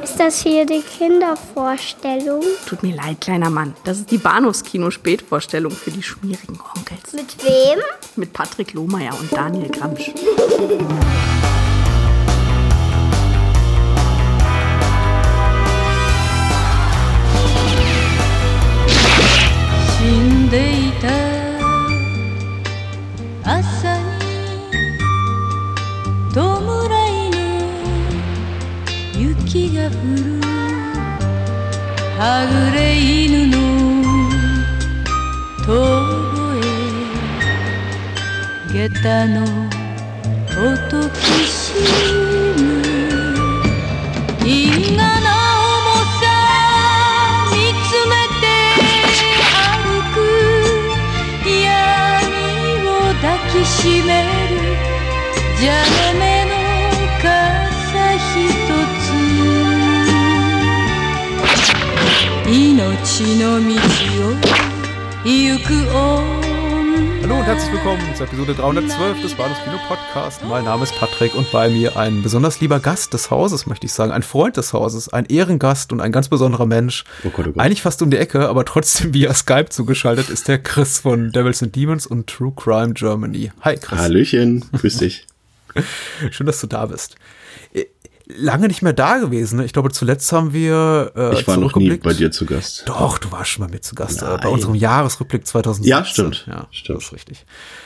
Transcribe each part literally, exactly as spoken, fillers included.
Ist das hier die Kindervorstellung? Tut mir leid, kleiner Mann. Das ist die Bahnhofskino-Spätvorstellung für die schmierigen Onkels. Mit wem? Mit Patrick Lohmeier und Daniel Gramsch. Hallo und herzlich willkommen zur Episode dreihundertzwölf des Bahnhofskino Podcast. Mein Name ist Patrick und bei mir ein besonders lieber Gast des Hauses, möchte ich sagen, ein Freund des Hauses, ein Ehrengast und ein ganz besonderer Mensch. Oh Gott, oh Gott. Eigentlich fast um die Ecke, aber trotzdem via Skype zugeschaltet ist der Chris von Devils and Demons und True Crime Germany. Hi Chris. Hallöchen, grüß dich. Schön, dass du da bist. Lange nicht mehr da gewesen. Ne? Ich glaube, zuletzt haben wir äh, Ich war noch nie bei dir zu Gast. Doch, du warst schon mal mit zu Gast. Äh, bei unserem Jahresrückblick zwanzig siebzehn. Ja, stimmt. Ja, stimmt. Das ist richtig.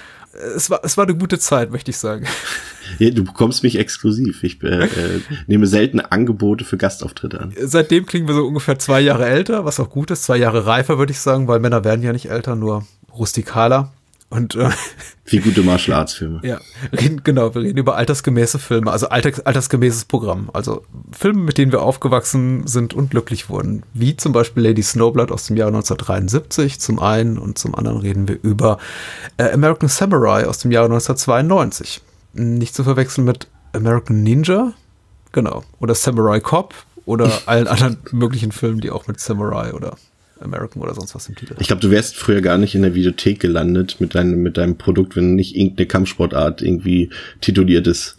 Es war, es war eine gute Zeit, möchte ich sagen. Ja, du bekommst mich exklusiv. Ich äh, äh, nehme selten Angebote für Gastauftritte an. Seitdem klingen wir so ungefähr zwei Jahre älter, was auch gut ist. Zwei Jahre reifer, würde ich sagen, weil Männer werden ja nicht älter, nur rustikaler. Und äh, wie gute Martial Arts Filme. Ja, reden, genau, wir reden über altersgemäße Filme, also alters, altersgemäßes Programm. Also Filme, mit denen wir aufgewachsen sind und glücklich wurden. Wie zum Beispiel Lady Snowblood aus dem Jahr neunzehnhundertdreiundsiebzig zum einen und zum anderen reden wir über äh, American Samurai aus dem Jahre neunzehnhundertzweiundneunzig. Nicht zu verwechseln mit American Ninja, genau, oder Samurai Cop oder allen anderen möglichen Filmen, die auch mit Samurai oder American oder sonst was im Titel. Ich glaube, du wärst früher gar nicht in der Videothek gelandet mit deinem, mit deinem Produkt, wenn nicht irgendeine Kampfsportart irgendwie tituliert ist.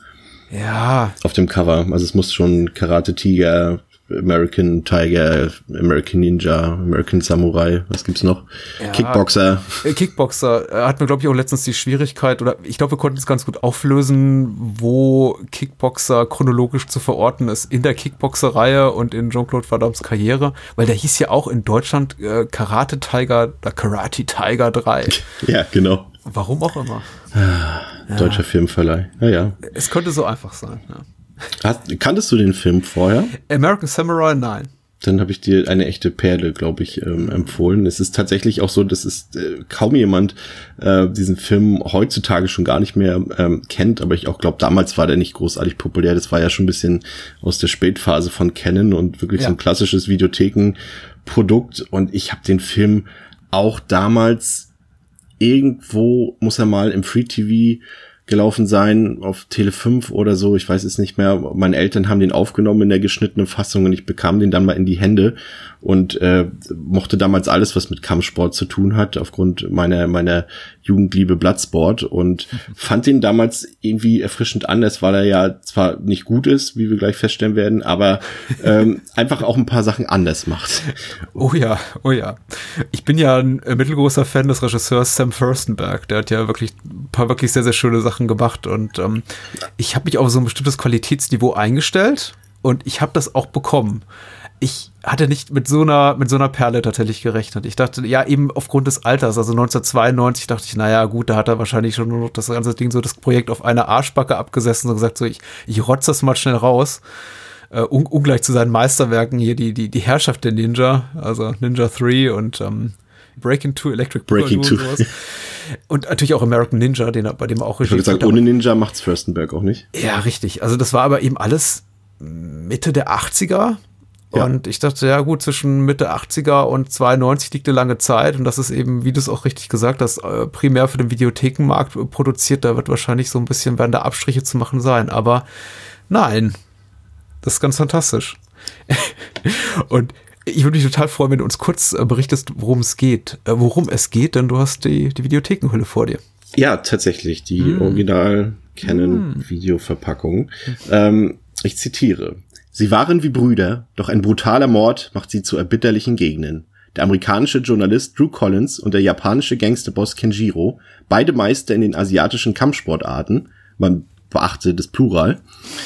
Ja. Auf dem Cover. Also es muss schon Karate Tiger, American Tiger, American Ninja, American Samurai, was gibt's noch? Ja, Kickboxer. Kickboxer hatten wir, glaube ich, auch letztens die Schwierigkeit, oder ich glaube, wir konnten es ganz gut auflösen, wo Kickboxer chronologisch zu verorten ist in der Kickboxer-Reihe und in Jean-Claude Van Dammes Karriere, weil der hieß ja auch in Deutschland äh, Karate Tiger, oder Karate Tiger drei. Ja, genau. Warum auch immer. Ah, deutscher ja. Filmverleih. Ja, ja. Es könnte so einfach sein, ja. Hast, kanntest du den Film vorher? American Samurai, nein. Dann habe ich dir eine echte Perle, glaube ich, ähm, empfohlen. Es ist tatsächlich auch so, dass es äh, kaum jemand äh, diesen Film heutzutage schon gar nicht mehr ähm, kennt, aber ich auch glaube, damals war der nicht großartig populär. Das war ja schon ein bisschen aus der Spätphase von Canon und wirklich ja. so ein klassisches Videothekenprodukt. Und ich habe den Film auch damals irgendwo, muss er mal im Free-T V gelaufen sein, auf Tele fünf oder so, ich weiß es nicht mehr. Meine Eltern haben den aufgenommen in der geschnittenen Fassung und ich bekam den dann mal in die Hände und äh, mochte damals alles, was mit Kampfsport zu tun hat, aufgrund meiner meiner Jugendliebe Bloodsport und fand den damals irgendwie erfrischend anders, weil er ja zwar nicht gut ist, wie wir gleich feststellen werden, aber ähm, einfach auch ein paar Sachen anders macht. Oh ja, oh ja. Ich bin ja ein äh, mittelgroßer Fan des Regisseurs Sam Furstenberg, der hat ja wirklich ein paar wirklich sehr, sehr schöne Sachen gemacht und ähm, ich habe mich auf so ein bestimmtes Qualitätsniveau eingestellt und ich habe das auch bekommen. Ich hatte nicht mit so einer mit so einer Perle tatsächlich gerechnet. Ich dachte, ja, eben aufgrund des Alters, also neunzehnhundertzweiundneunzig dachte ich, naja, gut, da hat er wahrscheinlich schon nur noch das ganze Ding, so das Projekt auf einer Arschbacke abgesessen und gesagt, so, ich, ich rotze das mal schnell raus. Uh, un- ungleich zu seinen Meisterwerken hier, die, die, die Herrschaft der Ninja, also Ninja drei und ähm, Breaking two, Electric Breaking two. Und natürlich auch American Ninja, den, bei dem auch richtig. Ich würde sagen, ohne Ninja macht's Furstenberg auch nicht. Ja, richtig. Also das war aber eben alles Mitte der achtziger. Ja. Und ich dachte, ja gut, zwischen Mitte achtziger und zweiundneunzig liegt eine lange Zeit. Und das ist eben, wie du es auch richtig gesagt hast, primär für den Videothekenmarkt produziert. Da wird wahrscheinlich so ein bisschen, werden da Abstriche zu machen sein. Aber nein, das ist ganz fantastisch. Und ich würde mich total freuen, wenn du uns kurz berichtest, worum es geht. Worum es geht, denn du hast die, die Videothekenhülle vor dir. Ja, tatsächlich, die mm. Original Canon-Videoverpackung. Mm. Ähm, ich zitiere. Sie waren wie Brüder, doch ein brutaler Mord macht sie zu erbitterlichen Gegnern. Der amerikanische Journalist Drew Collins und der japanische Gangsterboss Kenjiro, beide Meister in den asiatischen Kampfsportarten, man beachte das Plural,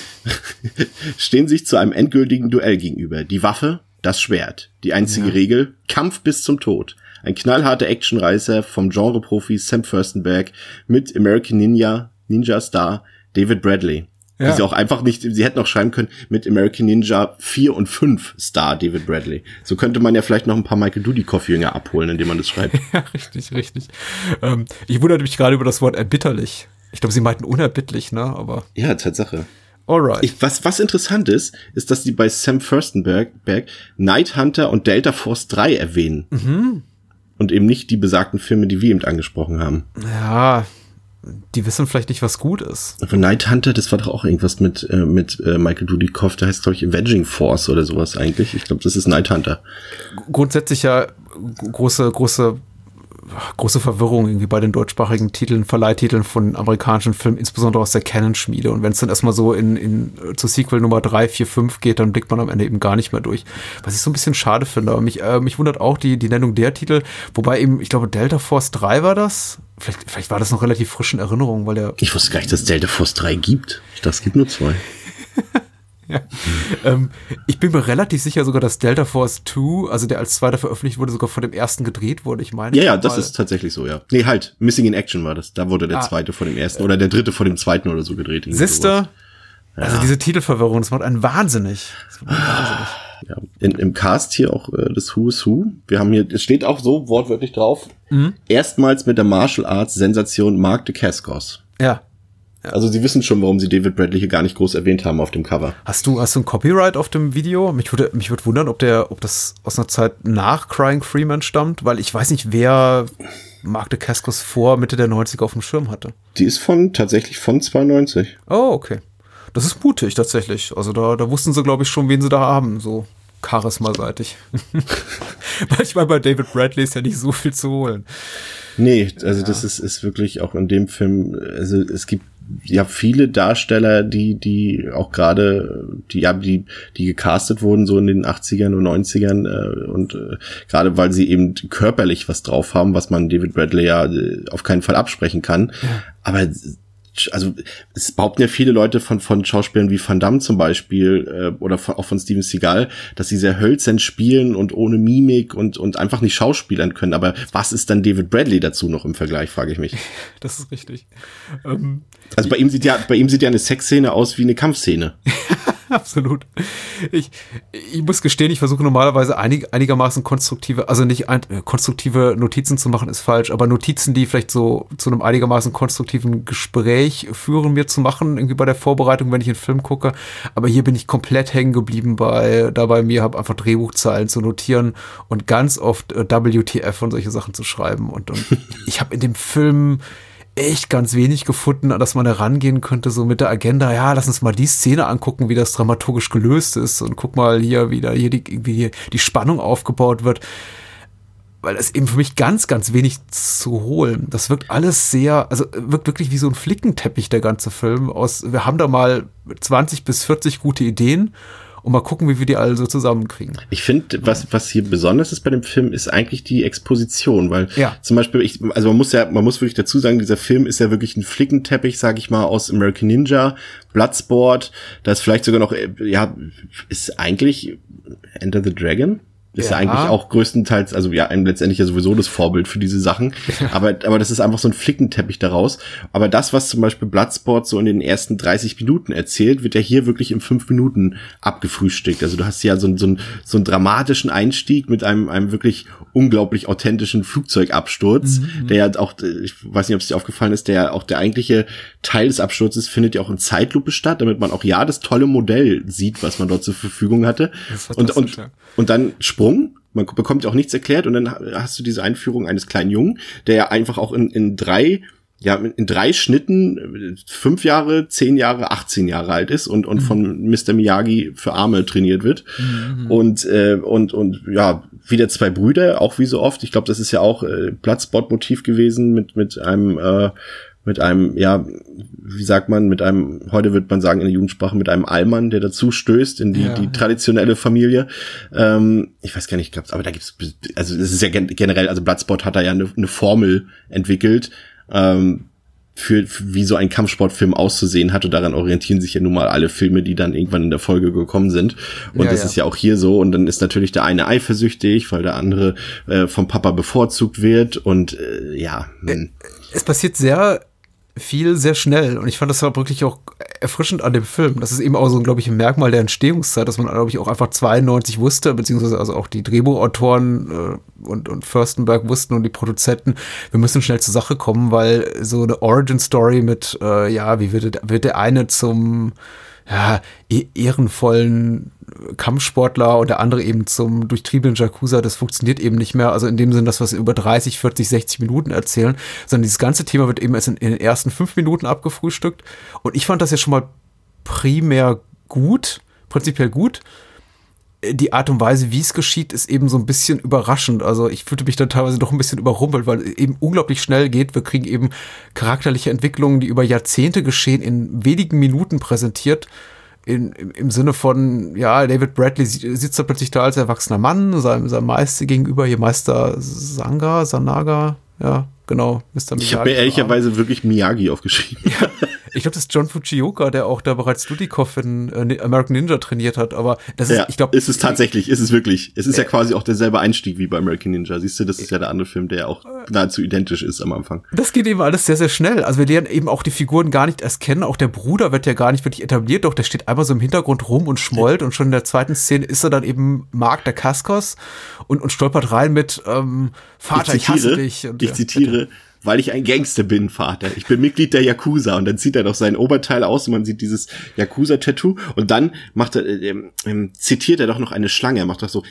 stehen sich zu einem endgültigen Duell gegenüber. Die Waffe, das Schwert. Die einzige ja. Regel, Kampf bis zum Tod. Ein knallharter Actionreißer vom Genreprofi Sam Furstenberg mit American Ninja, Ninja Star David Bradley. Ja. Die sie auch einfach nicht, sie hätten auch schreiben können mit American Ninja vier und fünf Star David Bradley. So könnte man ja vielleicht noch ein paar Michael Dudikoff-Jünger abholen, indem man das schreibt. Ja, richtig, richtig. Ähm, ich wunderte mich gerade über das Wort erbitterlich. Ich glaube, sie meinten unerbittlich, ne? Aber ja, Tatsache. Alright. Ich, was, was interessant ist, ist, dass die bei Sam Furstenberg Night Hunter und Delta Force drei erwähnen. Mhm. Und eben nicht die besagten Filme, die wir eben angesprochen haben. Ja, die wissen vielleicht nicht, was gut ist. Aber Night Hunter, das war doch auch irgendwas mit äh, mit äh, Michael Dudikoff, der heißt, glaube ich, Avenging Force oder sowas eigentlich. Ich glaube, das ist Night Hunter. Grundsätzlich ja große, große große Verwirrung irgendwie bei den deutschsprachigen Titeln, Verleihtiteln von amerikanischen Filmen, insbesondere aus der Canon-Schmiede. Und wenn es dann erstmal so in, in zu Sequel Nummer drei, vier, fünf geht, dann blickt man am Ende eben gar nicht mehr durch. Was ich so ein bisschen schade finde. Aber mich, äh, mich wundert auch die, die Nennung der Titel, wobei eben, ich glaube, Delta Force drei war das. Vielleicht, vielleicht war das noch relativ frisch in Erinnerung, weil der. Ich wusste gar nicht, dass es Delta Force drei gibt. Ich dachte, es gibt nur zwei. Ja. ähm, ich bin mir relativ sicher sogar, dass Delta Force zwei, also der als zweiter veröffentlicht wurde, sogar von dem ersten gedreht wurde. Ich meine. Ja, ja, das ist tatsächlich so, ja. Nee, halt, Missing in Action war das. Da wurde der ah, zweite von dem ersten oder der dritte von dem zweiten oder so gedreht. Sister, ja. Also diese Titelverwirrung, das macht einen wahnsinnig. Das macht einen wahnsinnig. Ja. In, Im Cast hier auch äh, das Who's Who. Wir haben hier, es steht auch so wortwörtlich drauf, mhm. erstmals mit der Martial Arts Sensation Mark Dacascos. Ja. Ja. Also sie wissen schon, warum sie David Bradley hier gar nicht groß erwähnt haben auf dem Cover. Hast du, hast du ein Copyright auf dem Video? Mich würde, mich würde wundern, ob der, ob das aus einer Zeit nach Crying Freeman stammt, weil ich weiß nicht, wer Mark Dacascos vor Mitte der neunziger auf dem Schirm hatte. Die ist von, tatsächlich von zweiundneunzig. Oh, okay. Das ist mutig, tatsächlich. Also da, da wussten sie, glaube ich, schon, wen sie da haben, so charismaseitig. Weil ich meine, bei David Bradley ist ja nicht so viel zu holen. Nee, also ja. das ist, ist wirklich auch in dem Film, also es gibt ja viele Darsteller, die, die auch gerade, die, ja, die, die gecastet wurden so in den achtzigern und neunzigern äh, und äh, gerade weil sie eben körperlich was drauf haben, was man David Bradley ja äh, auf keinen Fall absprechen kann. Ja. Aber also es behaupten ja viele Leute von von Schauspielern wie Van Damme zum Beispiel äh, oder von, auch von Steven Seagal, dass sie sehr hölzern spielen und ohne Mimik und und einfach nicht schauspielern können. Aber was ist dann David Bradley dazu noch im Vergleich, frage ich mich. Das ist richtig. Ähm, also bei ihm sieht ja bei ihm sieht ja eine Sexszene aus wie eine Kampfszene. Absolut. Ich, ich muss gestehen, ich versuche normalerweise einig, einigermaßen konstruktive, also nicht ein, konstruktive Notizen zu machen, ist falsch, aber Notizen, die vielleicht so zu einem einigermaßen konstruktiven Gespräch führen, mir zu machen, irgendwie bei der Vorbereitung, wenn ich einen Film gucke. Aber hier bin ich komplett hängen geblieben bei, dabei mir, habe einfach Drehbuchzeilen zu notieren und ganz oft äh, W T F und solche Sachen zu schreiben. Und, und ich habe in dem Film echt ganz wenig gefunden, an das man herangehen könnte, so mit der Agenda, ja, lass uns mal die Szene angucken, wie das dramaturgisch gelöst ist und guck mal hier, wie da hier die, wie hier die Spannung aufgebaut wird, weil es eben für mich ganz, ganz wenig zu holen. Das wirkt alles sehr, also wirkt wirklich wie so ein Flickenteppich, der ganze Film aus, wir haben da mal zwanzig bis vierzig gute Ideen und mal gucken, wie wir die alle so zusammenkriegen. Ich finde, was was hier besonders ist bei dem Film, ist eigentlich die Exposition, weil ja. zum Beispiel, ich, also man muss ja, man muss wirklich dazu sagen, dieser Film ist ja wirklich ein Flickenteppich, sag ich mal, aus American Ninja, Bloodsport, da ist vielleicht sogar noch, ja, ist eigentlich Enter the Dragon? Ist ja. ja eigentlich auch größtenteils, also ja, letztendlich ja sowieso das Vorbild für diese Sachen. aber aber das ist einfach so ein Flickenteppich daraus. Aber das, was zum Beispiel Bloodsport so in den ersten dreißig Minuten erzählt, wird ja hier wirklich in fünf Minuten abgefrühstückt. Also du hast ja so, so, so einen dramatischen Einstieg mit einem einem wirklich unglaublich authentischen Flugzeugabsturz, mhm. der ja auch, ich weiß nicht, ob es dir aufgefallen ist, der auch der eigentliche Teil des Absturzes findet ja auch in Zeitlupe statt, damit man auch ja das tolle Modell sieht, was man dort zur Verfügung hatte. Und, und, ja. und dann Sprung, man bekommt ja auch nichts erklärt und dann hast du diese Einführung eines kleinen Jungen, der ja einfach auch in, in drei, ja, in drei Schnitten fünf Jahre, zehn Jahre, achtzehn Jahre alt ist und, und mhm. von Mister Miyagi für Arme trainiert wird. Mhm. Und, äh, und, und, ja, wieder zwei Brüder, auch wie so oft. Ich glaube, das ist ja auch äh, Bloodsport-Motiv gewesen mit, mit einem, äh, mit einem, ja, wie sagt man, mit einem, heute wird man sagen in der Jugendsprache, mit einem Allmann, der dazu stößt in die, ja. die traditionelle Familie. Ähm, ich weiß gar nicht, glaub's, aber da gibt's, also es ist ja generell, also Bloodsport hat da ja eine, eine Formel entwickelt, ähm, Für, für wie so ein Kampfsportfilm auszusehen hat, und daran orientieren sich ja nun mal alle Filme, die dann irgendwann in der Folge gekommen sind. Und ja, das ja. ist ja auch hier so. Und dann ist natürlich der eine eifersüchtig, weil der andere äh, vom Papa bevorzugt wird. Und äh, ja. Hm. Es passiert sehr viel, sehr schnell. Und ich fand das war wirklich auch erfrischend an dem Film. Das ist eben auch so, glaube ich, ein Merkmal der Entstehungszeit, dass man, glaube ich, auch einfach zweiundneunzig wusste, beziehungsweise also auch die Drehbuchautoren äh, und, und Furstenberg wussten und die Produzenten, wir müssen schnell zur Sache kommen, weil so eine Origin-Story mit, äh, ja, wie wird, wird der eine zum ja, e- ehrenvollen Kampfsportler und der andere eben zum durchtriebenen Yakuza, das funktioniert eben nicht mehr. Also in dem Sinn, dass wir es über dreißig, vierzig, sechzig Minuten erzählen, sondern dieses ganze Thema wird eben erst in, in den ersten fünf Minuten abgefrühstückt. Und ich fand das ja schon mal primär gut, prinzipiell gut. Die Art und Weise, wie es geschieht, ist eben so ein bisschen überraschend. Also ich fühlte mich dann teilweise doch ein bisschen überrumpelt, weil es eben unglaublich schnell geht. Wir kriegen eben charakterliche Entwicklungen, die über Jahrzehnte geschehen, in wenigen Minuten präsentiert. In, im, im Sinne von, ja, David Bradley sitzt da plötzlich da als erwachsener Mann, seinem, seinem Meister gegenüber, hier Meister Sanga, Sanaga, ja, genau, Mister Miyagi. Ich habe mir ehrlicherweise wirklich Miyagi aufgeschrieben. Ja, ich glaube, das ist John Fujioka, der auch da bereits Dudikoff in äh, American Ninja trainiert hat, aber das ist, ja, ich glaube... ist es tatsächlich, ist es wirklich. Es ist äh, ja quasi auch derselbe Einstieg wie bei American Ninja, siehst du, das ist ja der andere Film, der auch nahezu identisch ist am Anfang. Das geht eben alles sehr, sehr schnell, also wir lernen eben auch die Figuren gar nicht erst kennen, auch der Bruder wird ja gar nicht wirklich etabliert, doch der steht einmal so im Hintergrund rum und schmollt und schon in der zweiten Szene ist er dann eben Mark der Kaskos und, und stolpert rein mit ähm, Vater, ich, zitiere, ich hasse dich. Und, ich ja, zitiere, bitte. Weil ich ein Gangster bin, Vater. Ich bin Mitglied der Yakuza. Und dann zieht er doch sein Oberteil aus und man sieht dieses Yakuza-Tattoo. Und dann macht er, äh, äh, zitiert er doch noch eine Schlange. Er macht doch so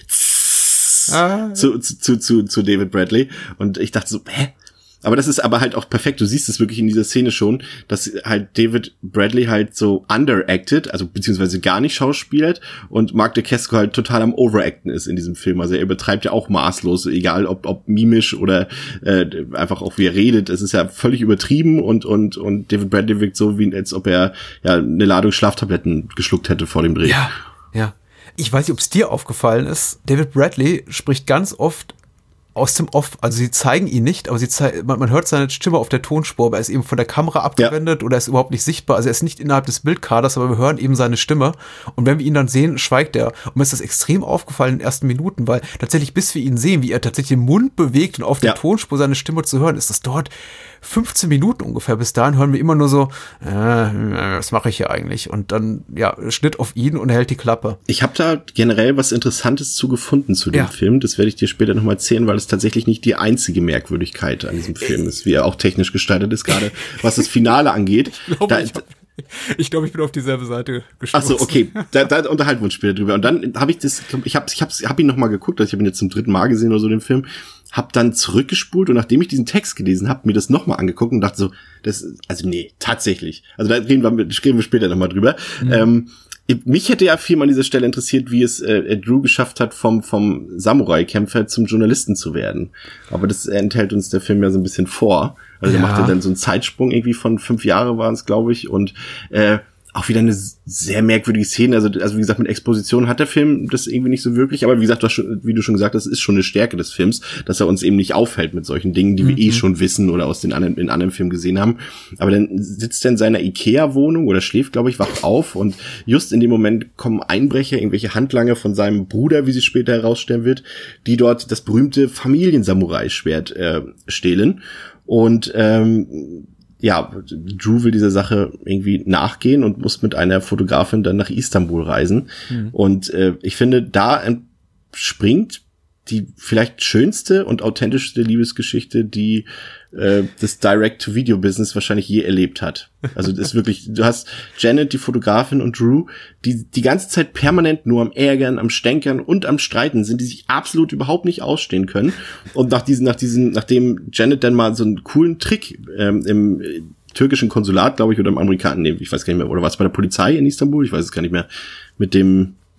ah. zu, zu, zu, zu David Bradley. Und ich dachte so, hä? Aber das ist aber halt auch perfekt. Du siehst es wirklich in dieser Szene schon, dass halt David Bradley halt so underacted, also beziehungsweise gar nicht schauspielert und Mark Dacascos halt total am Overacten ist in diesem Film. Also er übertreibt ja auch maßlos, egal ob ob mimisch oder äh, einfach auch wie er redet. Es ist ja völlig übertrieben und und und David Bradley wirkt so, wie als ob er ja eine Ladung Schlaftabletten geschluckt hätte vor dem Dreh. Ja, ja. Ich weiß nicht, ob es dir aufgefallen ist. David Bradley spricht ganz oft aus dem Off, also sie zeigen ihn nicht, aber sie zei- man, man hört seine Stimme auf der Tonspur, aber er ist eben von der Kamera abgewendet ja. oder er ist überhaupt nicht sichtbar, also er ist nicht innerhalb des Bildkaders, aber wir hören eben seine Stimme und wenn wir ihn dann sehen, schweigt er und mir ist das extrem aufgefallen in den ersten Minuten, weil tatsächlich bis wir ihn sehen, wie er tatsächlich den Mund bewegt und auf ja. der Tonspur seine Stimme zu hören, ist das dort fünfzehn Minuten ungefähr, bis dahin hören wir immer nur so, äh, was mache ich hier eigentlich? Und dann, ja, Schnitt auf ihn und er hält die Klappe. Ich habe da generell was Interessantes zu gefunden zu dem ja. Film, das werde ich dir später nochmal erzählen, weil es tatsächlich nicht die einzige Merkwürdigkeit an diesem Film ist, wie er auch technisch gestaltet ist, gerade was das Finale angeht. Ich glaube, da, ich, ich, glaub, ich bin auf dieselbe Seite gestoßen. Ach so, okay, da, da unterhalten wir uns später drüber. Und dann habe ich das, ich habe ich hab, hab ihn nochmal geguckt, also ich habe ihn jetzt zum dritten Mal gesehen oder so, den Film, hab dann zurückgespult und nachdem ich diesen Text gelesen habe, mir das nochmal angeguckt und dachte so, das, also nee, tatsächlich. Also da reden wir, reden wir später nochmal drüber. Mhm. Ähm, mich hätte ja viel an dieser Stelle interessiert, wie es äh, Drew geschafft hat, vom vom Samurai-Kämpfer zum Journalisten zu werden. Aber das enthält uns der Film ja so ein bisschen vor. Also ja. der macht ja dann so einen Zeitsprung irgendwie von fünf Jahre waren es, glaube ich. Und äh, auch wieder eine sehr merkwürdige Szene. Also, also wie gesagt, mit Exposition hat der Film das irgendwie nicht so wirklich. Aber wie gesagt, du hast schon, wie du schon gesagt hast, ist schon eine Stärke des Films, dass er uns eben nicht aufhält mit solchen Dingen, die mhm. wir eh schon wissen oder aus den anderen, in anderen Filmen gesehen haben. Aber dann sitzt er in seiner Ikea-Wohnung oder schläft, glaube ich, wacht auf und just in dem Moment kommen Einbrecher, irgendwelche Handlanger von seinem Bruder, wie sie später herausstellen wird, die dort das berühmte Familiensamurai-Schwert äh, stehlen. Und ähm, ja, Drew will dieser Sache irgendwie nachgehen und muss mit einer Fotografin dann nach Istanbul reisen. Mhm. Und äh, ich finde, da entspringt die vielleicht schönste und authentischste Liebesgeschichte, die äh, das Direct-to-Video-Business wahrscheinlich je erlebt hat. Also das ist wirklich, du hast Janet, die Fotografin, und Drew, die die ganze Zeit permanent nur am Ärgern, am Stänkern und am Streiten sind, die sich absolut überhaupt nicht ausstehen können. Und nach diesen, nach diesen, nachdem Janet dann mal so einen coolen Trick ähm, im äh, türkischen Konsulat, glaube ich, oder im Amerikanischen, nee, ich weiß gar nicht mehr, oder was bei der Polizei in Istanbul, ich weiß es gar nicht mehr, mit dem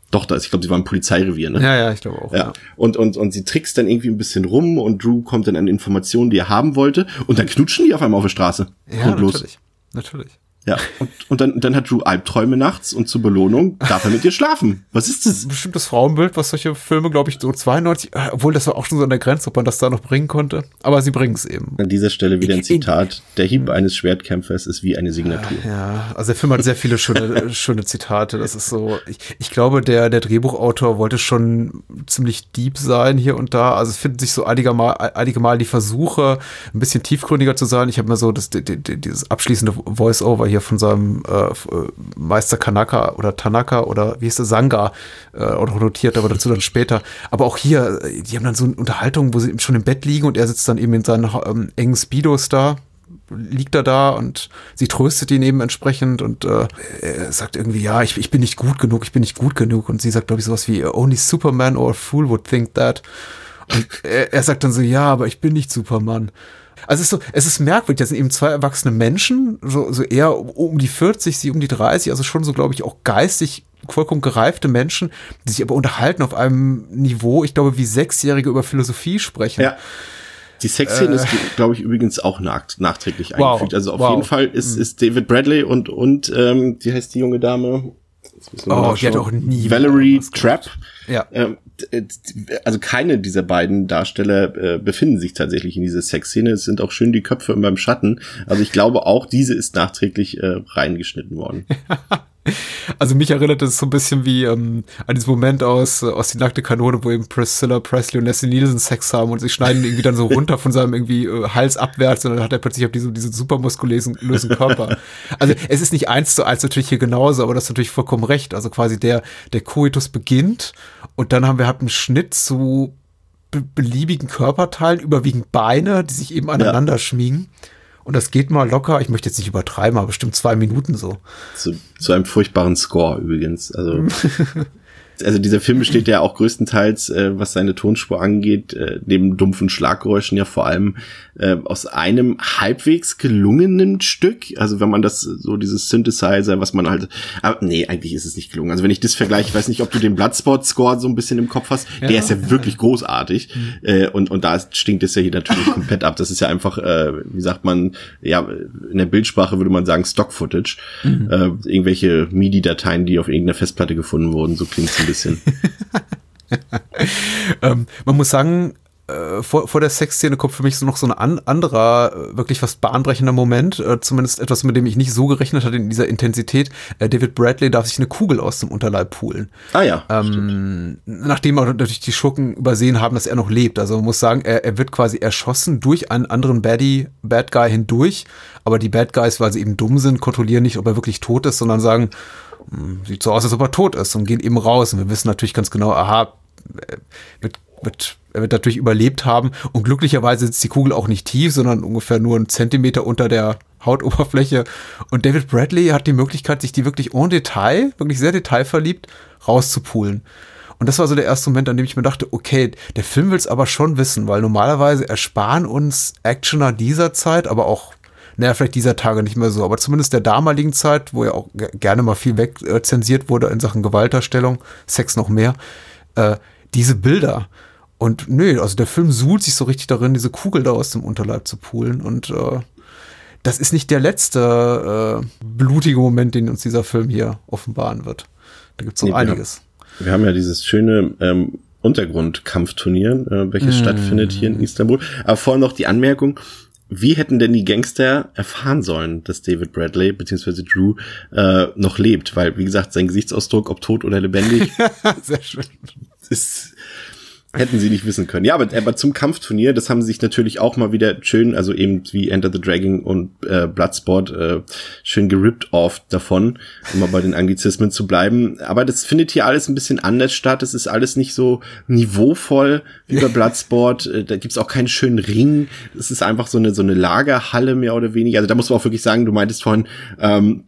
Doch, da ist, ich glaube, sie war im Polizeirevier, ne? Ja, ja, ich glaube auch. Ja. ja. Und, und, und sie trickst dann irgendwie ein bisschen rum und Drew kommt dann an Informationen, die er haben wollte. Und dann knutschen die auf einmal auf der Straße. Ja, Grundlos. natürlich. Natürlich. Ja, und, und dann, dann hat Drew Albträume nachts und zur Belohnung darf er mit ihr schlafen. Was ist das? Ein bestimmtes Frauenbild, was solche Filme, glaube ich, so zweiundneunzig, äh, obwohl das war auch schon so an der Grenze, ob man das da noch bringen konnte. Aber sie bringen es eben. An dieser Stelle wieder ein Zitat. Der Hieb eines Schwertkämpfers ist wie eine Signatur. Ja, also der Film hat sehr viele schöne, schöne Zitate. Das ist so, ich, ich glaube, der, der Drehbuchautor wollte schon ziemlich deep sein hier und da. Also es finden sich so einige Mal, einige Mal die Versuche, ein bisschen tiefgründiger zu sein. Ich habe mir so das, die, die, dieses abschließende Voice-Over hier von seinem äh, Meister Kanaka oder Tanaka oder wie hieß der, Sanga äh, auch noch notiert, aber dazu dann später. Aber auch hier, die haben dann so eine Unterhaltung, wo sie schon im Bett liegen und er sitzt dann eben in seinen ähm, engen Speedos da, liegt er da und sie tröstet ihn eben entsprechend und äh, er sagt irgendwie, ja, ich, ich bin nicht gut genug, ich bin nicht gut genug und sie sagt, glaube ich, sowas wie, only Superman or a fool would think that. Und er, er sagt dann so, ja, aber ich bin nicht Superman. Also es ist so, es ist merkwürdig, das sind eben zwei erwachsene Menschen, so, so eher um die vierzig, sie um die dreißig, also schon so, glaube ich, auch geistig vollkommen gereifte Menschen, die sich aber unterhalten auf einem Niveau, ich glaube, wie Sechsjährige über Philosophie sprechen. Ja. Die Sexszene äh, ist, glaube ich, übrigens auch nach, nachträglich wow, eingefügt. Also auf wow. jeden Fall ist, ist David Bradley und, und ähm, wie heißt die junge Dame? Oh, die hat auch nie Valerie Trapp. Ja. Ähm, also keine dieser beiden Darsteller äh, befinden sich tatsächlich in dieser Sexszene. Es sind auch schön die Köpfe beim Schatten. Also ich glaube, auch diese ist nachträglich äh, reingeschnitten worden. Also mich erinnert das so ein bisschen wie ähm, an diesen Moment aus, äh, aus Die nackte Kanone, wo eben Priscilla Presley und Leslie Nielsen Sex haben und sie schneiden irgendwie dann so runter von seinem irgendwie äh, Hals abwärts und dann hat er plötzlich auf diesen, diesen super muskulösen lösen Körper. Also es ist nicht eins zu eins natürlich hier genauso, aber das ist natürlich vollkommen recht. Also quasi der, der Koitus beginnt und dann haben wir halt einen Schnitt zu be- beliebigen Körperteilen, überwiegend Beine, die sich eben aneinander ja. schmiegen. Und das geht mal locker, ich möchte jetzt nicht übertreiben, aber bestimmt zwei Minuten so. Zu, zu einem furchtbaren Score übrigens. Also, also dieser Film besteht ja auch größtenteils, äh, was seine Tonspur angeht, äh, neben dumpfen Schlaggeräuschen ja vor allem äh, aus einem halbwegs gelungenen Stück. Also wenn man das so, dieses Synthesizer, was man halt, aber nee, eigentlich ist es nicht gelungen. Also wenn ich das vergleiche, ich weiß nicht, ob du den Bloodsport-Score so ein bisschen im Kopf hast, ja. Der ist ja wirklich großartig. Mhm. Äh, und, und da stinkt es ja hier natürlich komplett ab. Das ist ja einfach, äh, wie sagt man, ja, in der Bildsprache würde man sagen Stock-Footage. Mhm. Äh, irgendwelche M I D I-Dateien, die auf irgendeiner Festplatte gefunden wurden, so klingt es ein bisschen. ähm, man muss sagen, äh, vor, vor der Sexszene kommt für mich so noch so ein an, anderer, äh, wirklich fast bahnbrechender Moment, äh, zumindest etwas, mit dem ich nicht so gerechnet hatte in dieser Intensität. Äh, David Bradley darf sich eine Kugel aus dem Unterleib pulen. Ah ja. Ähm, nachdem auch natürlich die Schurken übersehen haben, dass er noch lebt. Also man muss sagen, er, er wird quasi erschossen durch einen anderen Baddie, Bad Guy hindurch, aber die Bad Guys, weil sie eben dumm sind, kontrollieren nicht, ob er wirklich tot ist, sondern sagen, sieht so aus, als ob er tot ist und gehen eben raus. Und wir wissen natürlich ganz genau, aha, wird, wird, er wird natürlich überlebt haben. Und glücklicherweise sitzt die Kugel auch nicht tief, sondern ungefähr nur einen Zentimeter unter der Hautoberfläche. Und David Bradley hat die Möglichkeit, sich die wirklich en Detail, wirklich sehr detailverliebt, rauszupulen. Und das war so der erste Moment, an dem ich mir dachte, okay, der Film will es aber schon wissen, weil normalerweise ersparen uns Actioner dieser Zeit, aber auch naja, vielleicht dieser Tage nicht mehr so, aber zumindest der damaligen Zeit, wo ja auch g- gerne mal viel wegzensiert äh, wurde in Sachen Gewaltdarstellung, Sex noch mehr, äh, diese Bilder. Und nö, also der Film suhlt sich so richtig darin, diese Kugel da aus dem Unterleib zu pulen. Und äh, das ist nicht der letzte äh, blutige Moment, den uns dieser Film hier offenbaren wird. Da gibt's so nee, einiges. Wir haben, wir haben ja dieses schöne ähm, Untergrundkampfturnier, äh, welches mm. stattfindet hier in Istanbul. Aber vorher noch die Anmerkung, wie hätten denn die Gangster erfahren sollen, dass David Bradley bzw. Drew äh, noch lebt? Weil, wie gesagt, sein Gesichtsausdruck, ob tot oder lebendig, sehr schön, ist, hätten sie nicht wissen können. Ja, aber, aber zum Kampfturnier, das haben sie sich natürlich auch mal wieder schön, also eben wie Enter the Dragon und äh, Bloodsport, äh, schön gerippt off davon, um mal bei den Anglizismen zu bleiben. Aber das findet hier alles ein bisschen anders statt. Es ist alles nicht so niveauvoll wie bei Bloodsport. Äh, da gibt's auch keinen schönen Ring. Es ist einfach so eine so eine Lagerhalle mehr oder weniger. Also da muss man auch wirklich sagen, du meintest vorhin, ähm,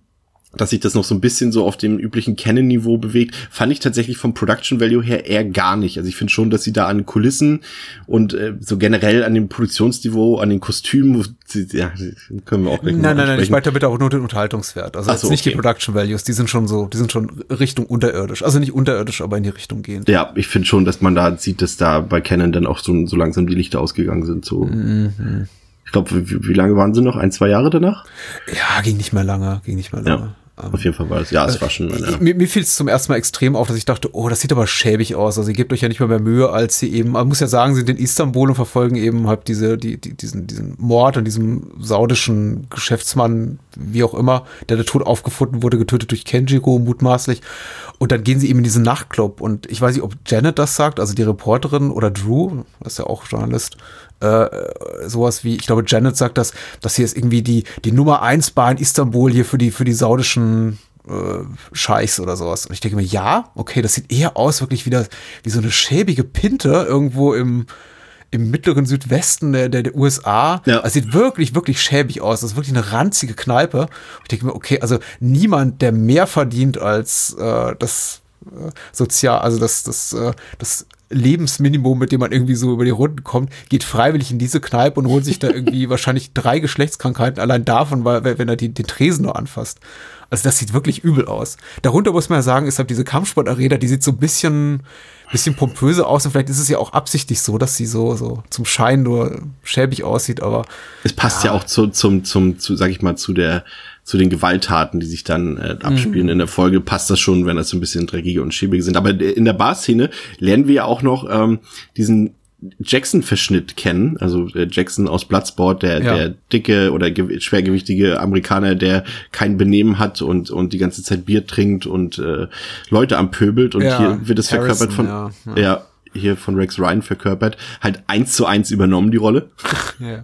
dass sich das noch so ein bisschen so auf dem üblichen Canon-Niveau bewegt, fand ich tatsächlich vom Production Value her eher gar nicht. Also ich finde schon, dass sie da an Kulissen und äh, so generell an dem Produktionsniveau, an den Kostümen, ja, können wir auch gleich Nein, nein, nein, ich meinte bitte auch nur den Unterhaltungswert. Also so, jetzt nicht okay. die Production Values, die sind schon so, die sind schon Richtung unterirdisch. Also nicht unterirdisch, aber in die Richtung gehend. Ja, ich finde schon, dass man da sieht, dass da bei Canon dann auch so, so langsam die Lichter ausgegangen sind. So. Mhm. Ich glaube, wie, wie lange waren sie noch? Ein, zwei Jahre danach? Ja, ging nicht mehr lange, ging nicht mehr lange. Ja. Auf jeden Fall war das, ja, es war schon. Ja. Mir, mir fiel es zum ersten Mal extrem auf, dass ich dachte, oh, das sieht aber schäbig aus. Also ihr gebt euch ja nicht mal mehr Mühe, als sie eben, man muss ja sagen, sie sind in Istanbul und verfolgen eben halt diese, die, die, diesen, diesen Mord an diesem saudischen Geschäftsmann, wie auch immer, der der tot aufgefunden wurde, getötet durch Kenjiro, mutmaßlich. Und dann gehen sie eben in diesen Nachtclub. Und ich weiß nicht, ob Janet das sagt, also die Reporterin, oder Drew, das ist ja auch Journalist, äh, sowas wie, ich glaube, Janet sagt das, dass hier ist irgendwie die, die Nummer eins Bar in Istanbul hier für die, für die saudischen äh, Scheichs oder sowas. Und ich denke mir, ja, okay, das sieht eher aus wirklich wieder wie so eine schäbige Pinte irgendwo im, im mittleren Südwesten der, der, der U S A. Ja. Also sieht wirklich, wirklich schäbig aus. Das ist wirklich eine ranzige Kneipe. Und ich denke mir, okay, also niemand, der mehr verdient als äh, das äh, Sozial, also das, das, äh, das Lebensminimum, mit dem man irgendwie so über die Runden kommt, geht freiwillig in diese Kneipe und holt sich da irgendwie wahrscheinlich drei Geschlechtskrankheiten allein davon, weil wenn er die, den Tresen nur anfasst. Also das sieht wirklich übel aus. Darunter muss man ja sagen, ist halt diese Kampfsportarena, die sieht so ein bisschen, bisschen pompöse aus und vielleicht ist es ja auch absichtlich so, dass sie so, so zum Schein nur schäbig aussieht, aber es passt ja, ja auch zu, zum, zum, zu, sag ich mal, zu der, zu den Gewalttaten, die sich dann äh, abspielen mhm. in der Folge, passt das schon, wenn das so ein bisschen dreckige und schäbige sind. Aber in der Bar-Szene lernen wir ja auch noch ähm, diesen Jackson-Verschnitt kennen, also äh, Jackson aus Bloodsport, der ja. der dicke oder schwergewichtige Amerikaner, der kein Benehmen hat und und die ganze Zeit Bier trinkt und äh, Leute ampöbelt und ja, hier wird es Harrison, verkörpert von ja, ja. ja hier von Rex Ryan verkörpert, halt eins zu eins übernommen die Rolle. Ja.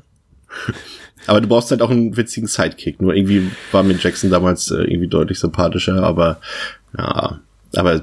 Aber du brauchst halt auch einen witzigen Sidekick. Nur irgendwie war mir Jackson damals äh, irgendwie deutlich sympathischer, aber ja, aber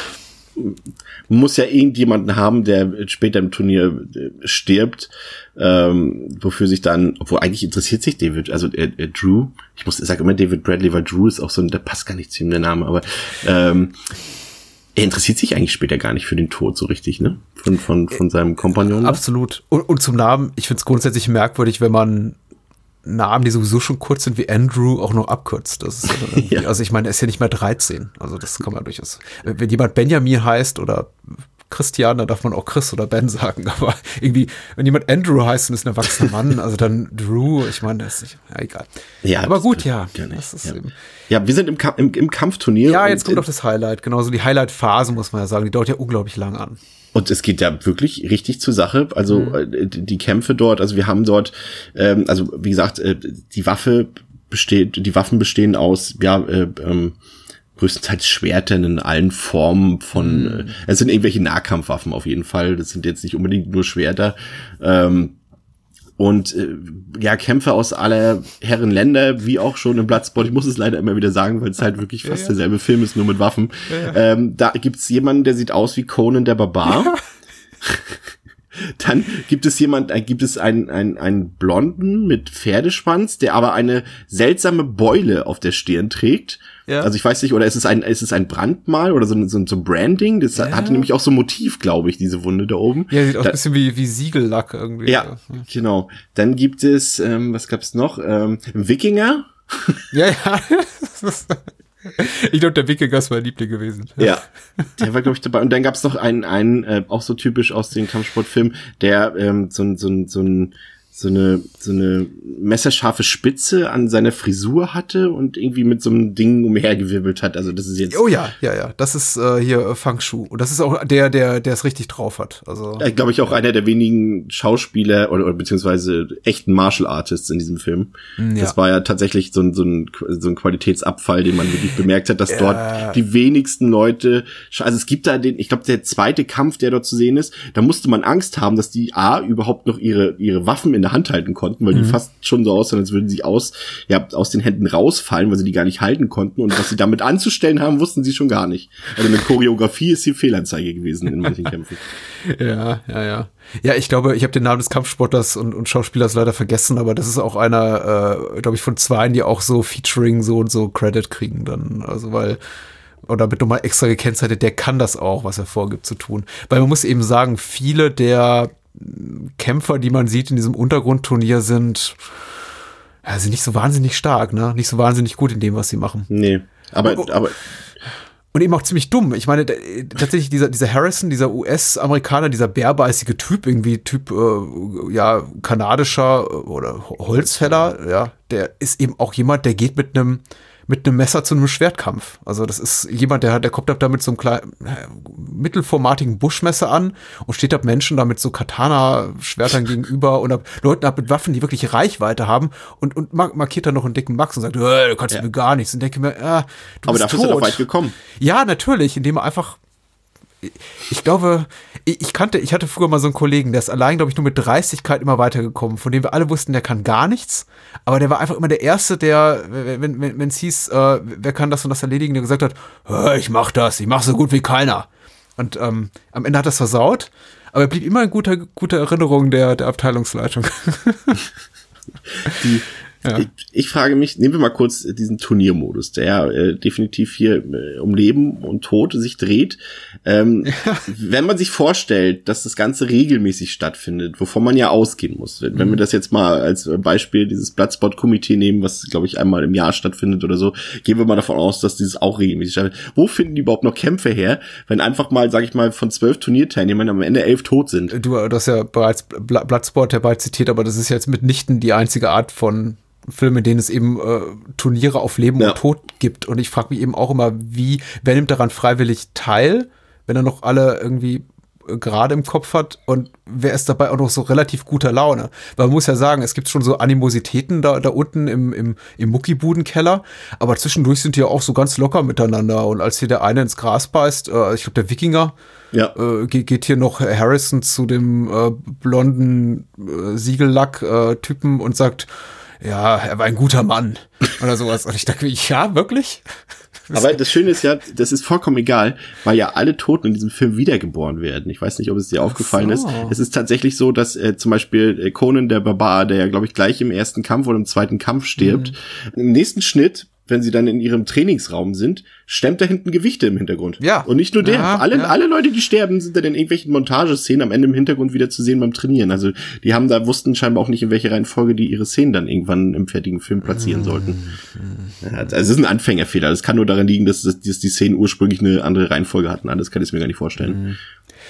man muss ja irgendjemanden haben, der später im Turnier äh, stirbt, ähm, wofür sich dann, obwohl eigentlich interessiert sich David, also äh, äh, Drew, ich muss, ich sag immer David Bradley, weil Drew ist auch so ein, der passt gar nicht zu ihm, der Name, aber ähm, er interessiert sich eigentlich später gar nicht für den Tod so richtig, ne? Von, von, von seinem Kompagnon. Absolut. Und, und zum Namen, ich finde es grundsätzlich merkwürdig, wenn man Namen, die sowieso schon kurz sind, wie Andrew, auch noch abkürzt. Das ist ja ja. Also ich meine, er ist ja nicht mehr dreizehn. Also das kann man durchaus. Wenn jemand Benjamin heißt oder Christian, dann darf man auch Chris oder Ben sagen. Aber irgendwie, wenn jemand Andrew heißt und ist ein erwachsener Mann, also dann Drew, ich meine, das ist nicht, ja, egal. Ja, aber gut, ja. Das ist ja. Eben. ja, wir sind im, Ka- im, im Kampfturnier. Ja, jetzt kommt auch das Highlight. Genauso die Highlight-Phase, muss man ja sagen. Die dauert ja unglaublich lang an. Und es geht ja wirklich richtig zur Sache. Also mhm. die Kämpfe dort, also wir haben dort, ähm, also wie gesagt, äh, die Waffe besteht, die Waffen bestehen aus, ja, äh, ähm, größtenteils Schwertern in allen Formen von, mhm. äh, es sind irgendwelche Nahkampfwaffen auf jeden Fall. Das sind jetzt nicht unbedingt nur Schwerter. Ähm, Und äh, ja, Kämpfe aus aller Herren Länder, wie auch schon im Bloodsport. Ich muss es leider immer wieder sagen, weil es halt wirklich fast ja, ja. derselbe Film ist, nur mit Waffen. Ja, ja. Ähm, da gibt's jemanden, der sieht aus wie Conan der Barbar. Ja. Dann gibt es jemand, äh, gibt es einen, einen, einen Blonden mit Pferdeschwanz, der aber eine seltsame Beule auf der Stirn trägt. Ja. Also ich weiß nicht, oder ist es ein, ist es ein Brandmal oder so ein, so ein, so ein Branding? Das ja. hatte nämlich auch so ein Motiv, glaube ich, diese Wunde da oben. Ja, sieht auch da, ein bisschen wie, wie Siegellack irgendwie. Ja, ja. genau. Dann gibt es, ähm, was gab's noch? Ähm, Wikinger. Ja, ja. Ich glaube, der Wikinger ist mein Liebling gewesen. Ja, der war, glaube ich, dabei. Und dann gab's noch einen, einen äh, auch so typisch aus den Kampfsportfilmen, der ähm, so ein, so ein, so ein so eine so eine messerscharfe Spitze an seiner Frisur hatte und irgendwie mit so einem Ding umhergewirbelt hat. Also das ist jetzt. Oh ja, ja, ja. Das ist äh, hier Fang Shu. Und das ist auch der, der, der es richtig drauf hat. Also. Ja, glaube ich auch einer der wenigen Schauspieler oder, oder beziehungsweise echten Martial Artists in diesem Film. Ja. Das war ja tatsächlich so ein so ein so ein Qualitätsabfall, den man wirklich bemerkt hat, dass ja. dort die wenigsten Leute. Also es gibt da den, ich glaube, der zweite Kampf, der dort zu sehen ist, da musste man Angst haben, dass die A überhaupt noch ihre ihre Waffen in in der Hand halten konnten, weil mhm. die fast schon so aussehen, als würden sie aus, ja, aus den Händen rausfallen, weil sie die gar nicht halten konnten. Und was sie damit anzustellen haben, wussten sie schon gar nicht. Also eine Choreografie ist die Fehlanzeige gewesen in manchen Kämpfen. Ja, ja, ja. Ja, ich glaube, ich habe den Namen des Kampfsportlers und, und Schauspielers leider vergessen, aber das ist auch einer, äh, glaube ich, von zweien, die auch so Featuring so und so Credit kriegen dann. Also weil, oder mit nochmal extra gekennzeichnet, der kann das auch, was er vorgibt zu tun. Weil man muss eben sagen, viele der Kämpfer, die man sieht in diesem Untergrundturnier sind, ja, sind nicht so wahnsinnig stark, ne? Nicht so wahnsinnig gut in dem, was sie machen. Nee, aber, und, aber Und eben auch ziemlich dumm. Ich meine, tatsächlich dieser, dieser Harrison, dieser U S-Amerikaner, dieser bärbeißige Typ, irgendwie Typ, äh, ja, kanadischer oder Holzfäller, ja, der ist eben auch jemand, der geht mit einem mit einem Messer zu einem Schwertkampf. Also das ist jemand, der, der kommt da mit so einem kleinen, mittelformatigen Buschmesser an und steht da Menschen da mit so Katana-Schwertern gegenüber und Leuten ab mit Waffen, die wirklich Reichweite haben und, und markiert dann noch einen dicken Max und sagt, hey, du kannst ja. mir gar nichts. Und denke mir, ja, du aber bist dafür tot. ist er doch weit gekommen. Ja, natürlich, indem er einfach, ich glaube, ich kannte, ich hatte früher mal so einen Kollegen, der ist allein, glaube ich, nur mit Dreistigkeit immer weitergekommen, von dem wir alle wussten, der kann gar nichts, aber der war einfach immer der Erste, der, wenn wenn wenn es hieß, äh, wer kann das und das erledigen, der gesagt hat, ich mach das, ich mach so gut wie keiner. Und ähm, am Ende hat er es versaut, aber er blieb immer in guter, guter Erinnerung der, der Abteilungsleitung. Die Ja. Ich, ich frage mich, nehmen wir mal kurz diesen Turniermodus, der äh, definitiv hier äh, um Leben und Tod sich dreht. Ähm, ja. Wenn man sich vorstellt, dass das Ganze regelmäßig stattfindet, wovon man ja ausgehen muss, wenn, mhm. wenn wir das jetzt mal als Beispiel dieses Bloodsport-Komitee nehmen, was, glaube ich, einmal im Jahr stattfindet oder so, gehen wir mal davon aus, dass dieses auch regelmäßig stattfindet. Wo finden die überhaupt noch Kämpfe her, wenn einfach mal, sag ich mal, von zwölf Turnierteilnehmern am Ende elf tot sind? Du, du hast ja bereits Bloodsport herbei zitiert, aber das ist jetzt mitnichten die einzige Art von Filme, in denen es eben äh, Turniere auf Leben ja. und Tod gibt. Und ich frage mich eben auch immer, wie, wer nimmt daran freiwillig teil, wenn er noch alle irgendwie äh, gerade im Kopf hat und wer ist dabei auch noch so relativ guter Laune? Weil man muss ja sagen, es gibt schon so Animositäten da, da unten im, im, im Muckibudenkeller, aber zwischendurch sind die ja auch so ganz locker miteinander. Und als hier der eine ins Gras beißt, äh, ich glaube der Wikinger, ja. äh, geht, geht hier noch Harrison zu dem äh, blonden äh, Siegellack-Typen äh, und sagt, ja, er war ein guter Mann oder sowas. Und ich dachte, ja, wirklich? Aber das Schöne ist ja, das ist vollkommen egal, weil ja alle Toten in diesem Film wiedergeboren werden. Ich weiß nicht, ob es dir aufgefallen so. ist. Es ist tatsächlich so, dass äh, zum Beispiel äh, Conan der Barbar, der ja, glaube ich, gleich im ersten Kampf oder im zweiten Kampf stirbt, mhm. im nächsten Schnitt, wenn sie dann in ihrem Trainingsraum sind, stemmt da hinten Gewichte im Hintergrund. Ja. Und nicht nur der. Ja, alle, ja. alle Leute, die sterben, sind dann in irgendwelchen Montageszenen am Ende im Hintergrund wieder zu sehen beim Trainieren. Also die haben da, wussten scheinbar auch nicht, in welche Reihenfolge die ihre Szenen dann irgendwann im fertigen Film platzieren mm. sollten. Ja, also es ist ein Anfängerfehler. Das kann nur daran liegen, dass, dass die Szenen ursprünglich eine andere Reihenfolge hatten. Anders kann ich es mir gar nicht vorstellen. Mm.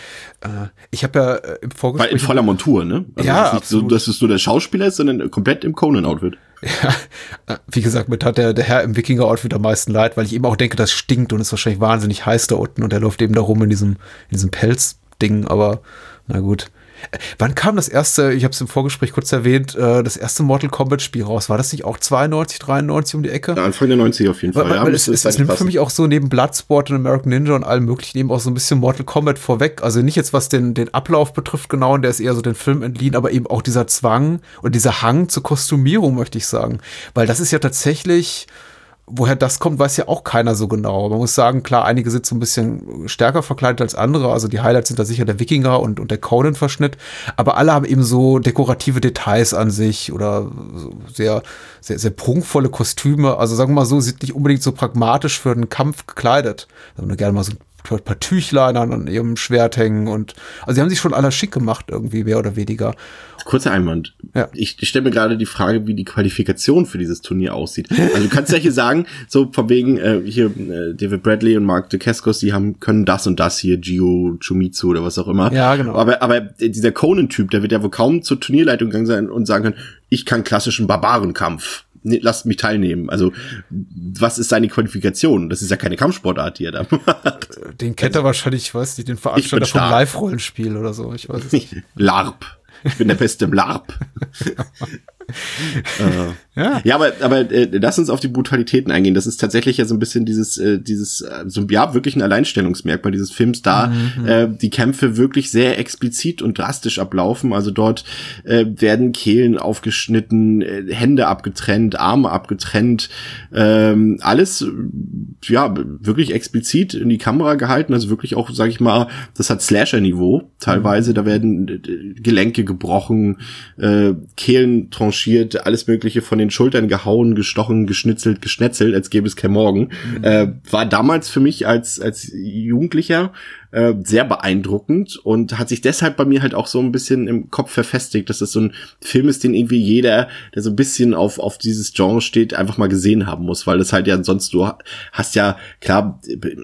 Ich habe ja im Vorgespräch... Weil in voller Montur, ne? Also ja, das ist nicht so, dass es nur der Schauspieler ist, sondern komplett im Conan-Outfit. Ja, wie gesagt, mir tat der, der Herr im Wikinger-Outfit am meisten leid, weil ich eben auch denke, das stinkt und ist wahrscheinlich wahnsinnig heiß da unten und er läuft eben da rum in diesem, in diesem Pelzding, aber na gut. Wann kam das erste, ich habe es im Vorgespräch kurz erwähnt, äh, das erste Mortal Kombat Spiel raus? War das nicht auch zweiundneunzig, dreiundneunzig um die Ecke? Ja, Anfang der neunziger auf jeden Fall. Weil, ja, weil es, es, es nimmt für mich auch so neben Bloodsport und American Ninja und allem möglichen eben auch so ein bisschen Mortal Kombat vorweg. Also nicht jetzt, was den, den Ablauf betrifft genau, und der ist eher so den Film entliehen, aber eben auch dieser Zwang und dieser Hang zur Kostümierung, möchte ich sagen. Weil das ist ja tatsächlich... Woher das kommt, weiß ja auch keiner so genau. Man muss sagen, klar, einige sind so ein bisschen stärker verkleidet als andere. Also die Highlights sind da sicher der Wikinger und, und der Conan-Verschnitt. Aber alle haben eben so dekorative Details an sich oder so sehr, sehr, sehr prunkvolle Kostüme. Also sagen wir mal so, sind nicht unbedingt so pragmatisch für einen Kampf gekleidet. Da haben wir gerne mal so ein paar Tüchleinern an ihrem Schwert hängen und also sie haben sich schon alle schick gemacht irgendwie, mehr oder weniger. Kurzer Einwand. Ja. Ich, ich stelle mir gerade die Frage, wie die Qualifikation für dieses Turnier aussieht. Also du kannst ja hier sagen, so von wegen, äh, hier äh, David Bradley und Mark Dacascos, die haben können das und das hier, Gio Chumitsu oder was auch immer. Ja, genau. Aber, aber dieser Conan-Typ, der wird ja wohl kaum zur Turnierleitung gegangen sein und sagen können, ich kann klassischen Barbarenkampf. Nee, lasst mich teilnehmen. Also, was ist seine Qualifikation? Das ist ja keine Kampfsportart, die er da macht. Den kennt er wahrscheinlich, ich weiß nicht, den Veranstalter vom Live-Rollenspiel oder so. Ich weiß es nicht. LARP. Ich bin der beste im LARP. äh, ja. ja, aber, aber äh, lass uns auf die Brutalitäten eingehen. Das ist tatsächlich ja so ein bisschen dieses, äh, dieses, äh, so ja, wirklich ein Alleinstellungsmerkmal dieses Films, da mhm. äh, die Kämpfe wirklich sehr explizit und drastisch ablaufen. Also dort äh, werden Kehlen aufgeschnitten, äh, Hände abgetrennt, Arme abgetrennt, ähm, alles, ja, wirklich explizit in die Kamera gehalten. Also wirklich auch, sag ich mal, das hat Slasher-Niveau teilweise. Mhm. Da werden äh, Gelenke gebrochen, äh, Kehlen tranchiert, alles Mögliche von den Schultern gehauen, gestochen, geschnitzelt, geschnetzelt, als gäbe es kein Morgen. Mhm. Äh, war damals für mich als als Jugendlicher äh, sehr beeindruckend und hat sich deshalb bei mir halt auch so ein bisschen im Kopf verfestigt, dass das so ein Film ist, den irgendwie jeder, der so ein bisschen auf auf dieses Genre steht, einfach mal gesehen haben muss, weil das halt ja sonst, du hast ja, klar,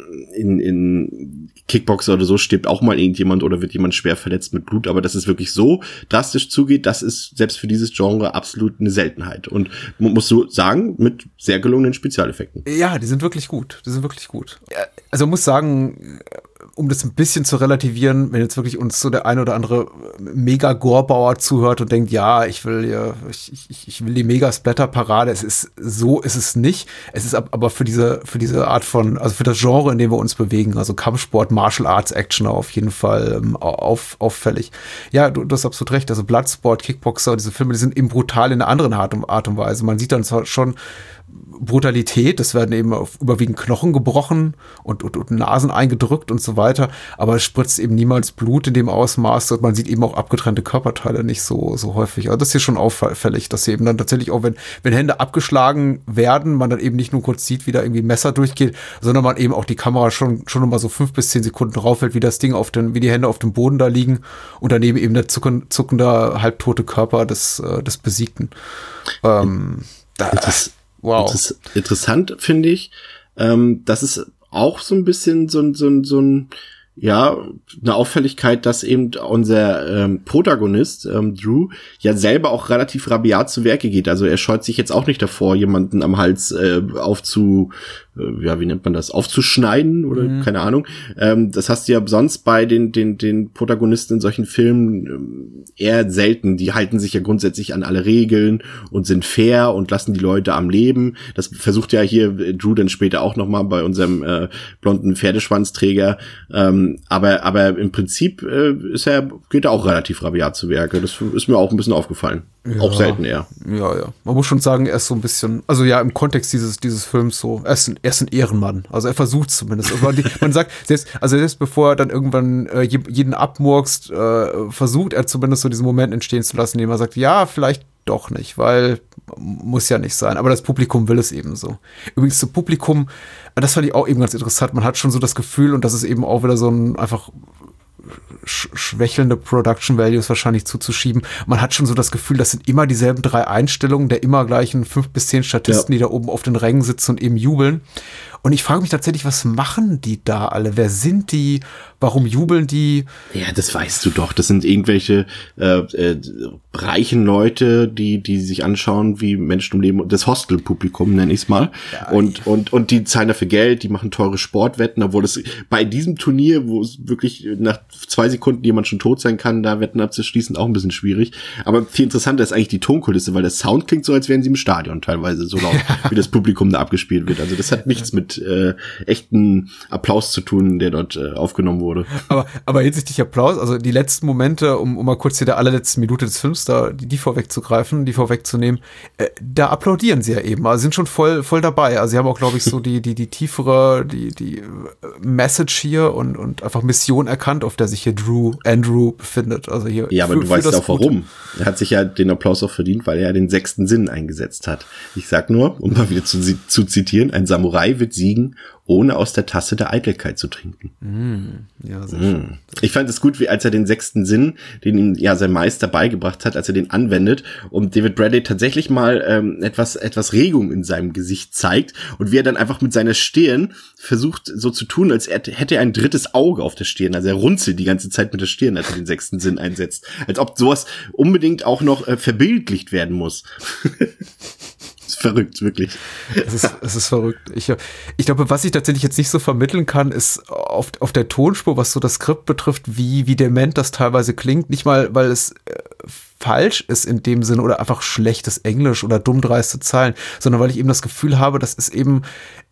in, in Kickboxer oder so stirbt auch mal irgendjemand oder wird jemand schwer verletzt mit Blut, aber dass es wirklich so drastisch zugeht, das ist selbst für dieses Genre absolut eine Seltenheit und man muss so sagen, mit sehr gelungenen Spezialeffekten. Ja, die sind wirklich gut, die sind wirklich gut. Also man muss sagen, um das ein bisschen zu relativieren, wenn jetzt wirklich uns so der eine oder andere Mega-Gorbauer zuhört und denkt, ja, ich will ja, ich, ich, ich will die Mega-Splatter-Parade, es ist so, ist es nicht. Es ist aber für diese, für diese Art von, also für das Genre, in dem wir uns bewegen, also Kampfsport, Martial Arts, Action auf jeden Fall ähm, auf, auffällig. Ja, du, du hast absolut recht, also Bloodsport, Kickboxer, diese Filme, die sind eben brutal in einer anderen Art und, Art und Weise. Man sieht dann zwar schon Brutalität, das werden eben auf überwiegend Knochen gebrochen und, und, und Nasen eingedrückt und so weiter, aber es spritzt eben niemals Blut in dem Ausmaß, und man sieht eben auch abgetrennte Körperteile nicht so so häufig. Also das ist hier schon auffällig, dass hier eben dann tatsächlich auch, wenn wenn Hände abgeschlagen werden, man dann eben nicht nur kurz sieht, wie da irgendwie ein Messer durchgeht, sondern man eben auch die Kamera schon schon nochmal so fünf bis zehn Sekunden draufhält, wie das Ding auf den, wie die Hände auf dem Boden da liegen und daneben eben der zucken, zuckende, halbtote Körper des, äh, des Besiegten. Ähm, da, das Wow. Inter- interessant finde ich, ähm, das ist auch so ein bisschen so ein, so ein, so ein, ja, eine Auffälligkeit, dass eben unser ähm, Protagonist, ähm, Drew, ja selber auch relativ rabiat zu Werke geht. Also er scheut sich jetzt auch nicht davor, jemanden am Hals äh, aufzu, äh, ja, wie nennt man das, aufzuschneiden oder mhm. keine Ahnung. Ähm, das hast du ja sonst bei den, den, den Protagonisten in solchen Filmen ähm, eher selten. Die halten sich ja grundsätzlich an alle Regeln und sind fair und lassen die Leute am Leben. Das versucht ja hier Drew dann später auch nochmal bei unserem äh, blonden Pferdeschwanzträger. Ähm, aber aber im Prinzip äh, ist er, geht er auch relativ rabiat zu Werke. Das ist mir auch ein bisschen aufgefallen. Ja, auch selten eher. Ja, ja. Man muss schon sagen, er ist so ein bisschen, also ja, im Kontext dieses dieses Films so, er ist ein, er ist ein Ehrenmann. Also er versucht zumindest. Also man, die, man sagt, selbst, also selbst bevor er dann irgendwann äh, jeden abmurkst, äh, versucht er zumindest so diesen Moment entstehen zu lassen, in dem er sagt, ja, vielleicht doch nicht, weil muss ja nicht sein. Aber das Publikum will es eben so. Übrigens, das Publikum, das fand ich auch eben ganz interessant. Man hat schon so das Gefühl, und das ist eben auch wieder so ein einfach sch- schwächelnde Production Values wahrscheinlich zuzuschieben. Man hat schon so das Gefühl, das sind immer dieselben drei Einstellungen der immer gleichen fünf bis zehn Statisten, ja. die da oben auf den Rängen sitzen und eben jubeln. Und ich frage mich tatsächlich, was machen die da alle? Wer sind die? Warum jubeln die? Ja, das weißt du doch. Das sind irgendwelche äh, äh, reichen Leute, die die sich anschauen, wie Menschen im Leben, das Hostel-Publikum nenne ich es mal. Ja, und und und die zahlen dafür Geld, die machen teure Sportwetten, obwohl das bei diesem Turnier, wo es wirklich nach zwei Sekunden jemand schon tot sein kann, da Wetten abzuschließen, auch ein bisschen schwierig. Aber viel interessanter ist eigentlich die Tonkulisse, weil der Sound klingt so, als wären sie im Stadion teilweise, so laut, wie das Publikum da abgespielt wird. Also das hat nichts mit äh, echten Applaus zu tun, der dort äh, aufgenommen wurde. Aber, aber hinsichtlich Applaus, also die letzten Momente, um, um mal kurz hier der allerletzten Minute des Films da, die, die vorwegzugreifen, die vorwegzunehmen, äh, da applaudieren sie ja eben, also sind schon voll, voll dabei. Also sie haben auch, glaube ich, so die, die, die tiefere, die, die Message hier und, und einfach Mission erkannt, auf der sich hier Drew, Andrew befindet. Also hier. Ja, aber für, du weißt auch warum. Er hat sich ja den Applaus auch verdient, weil er den sechsten Sinn eingesetzt hat. Ich sag nur, um mal wieder zu, zu zitieren, ein Samurai wird siegen, ohne aus der Tasse der Eitelkeit zu trinken. Mm, ja, sehr mm. schön. Ich fand es gut, wie als er den sechsten Sinn, den ihm ja sein Meister beigebracht hat, als er den anwendet und David Bradley tatsächlich mal ähm, etwas etwas Regung in seinem Gesicht zeigt und wie er dann einfach mit seiner Stirn versucht so zu tun, als er hätte er ein drittes Auge auf der Stirn. Also er runzelt die ganze Zeit mit der Stirn, als er den sechsten Sinn einsetzt. Als ob sowas unbedingt auch noch äh, verbildlicht werden muss. Verrückt, wirklich. Es ist, es ist verrückt. Ich, ich glaube, was ich tatsächlich jetzt nicht so vermitteln kann, ist auf, auf der Tonspur, was so das Skript betrifft, wie, wie dement das teilweise klingt. Nicht mal, weil es falsch ist in dem Sinne oder einfach schlechtes Englisch oder dummdreiste Zeilen, sondern weil ich eben das Gefühl habe, das ist eben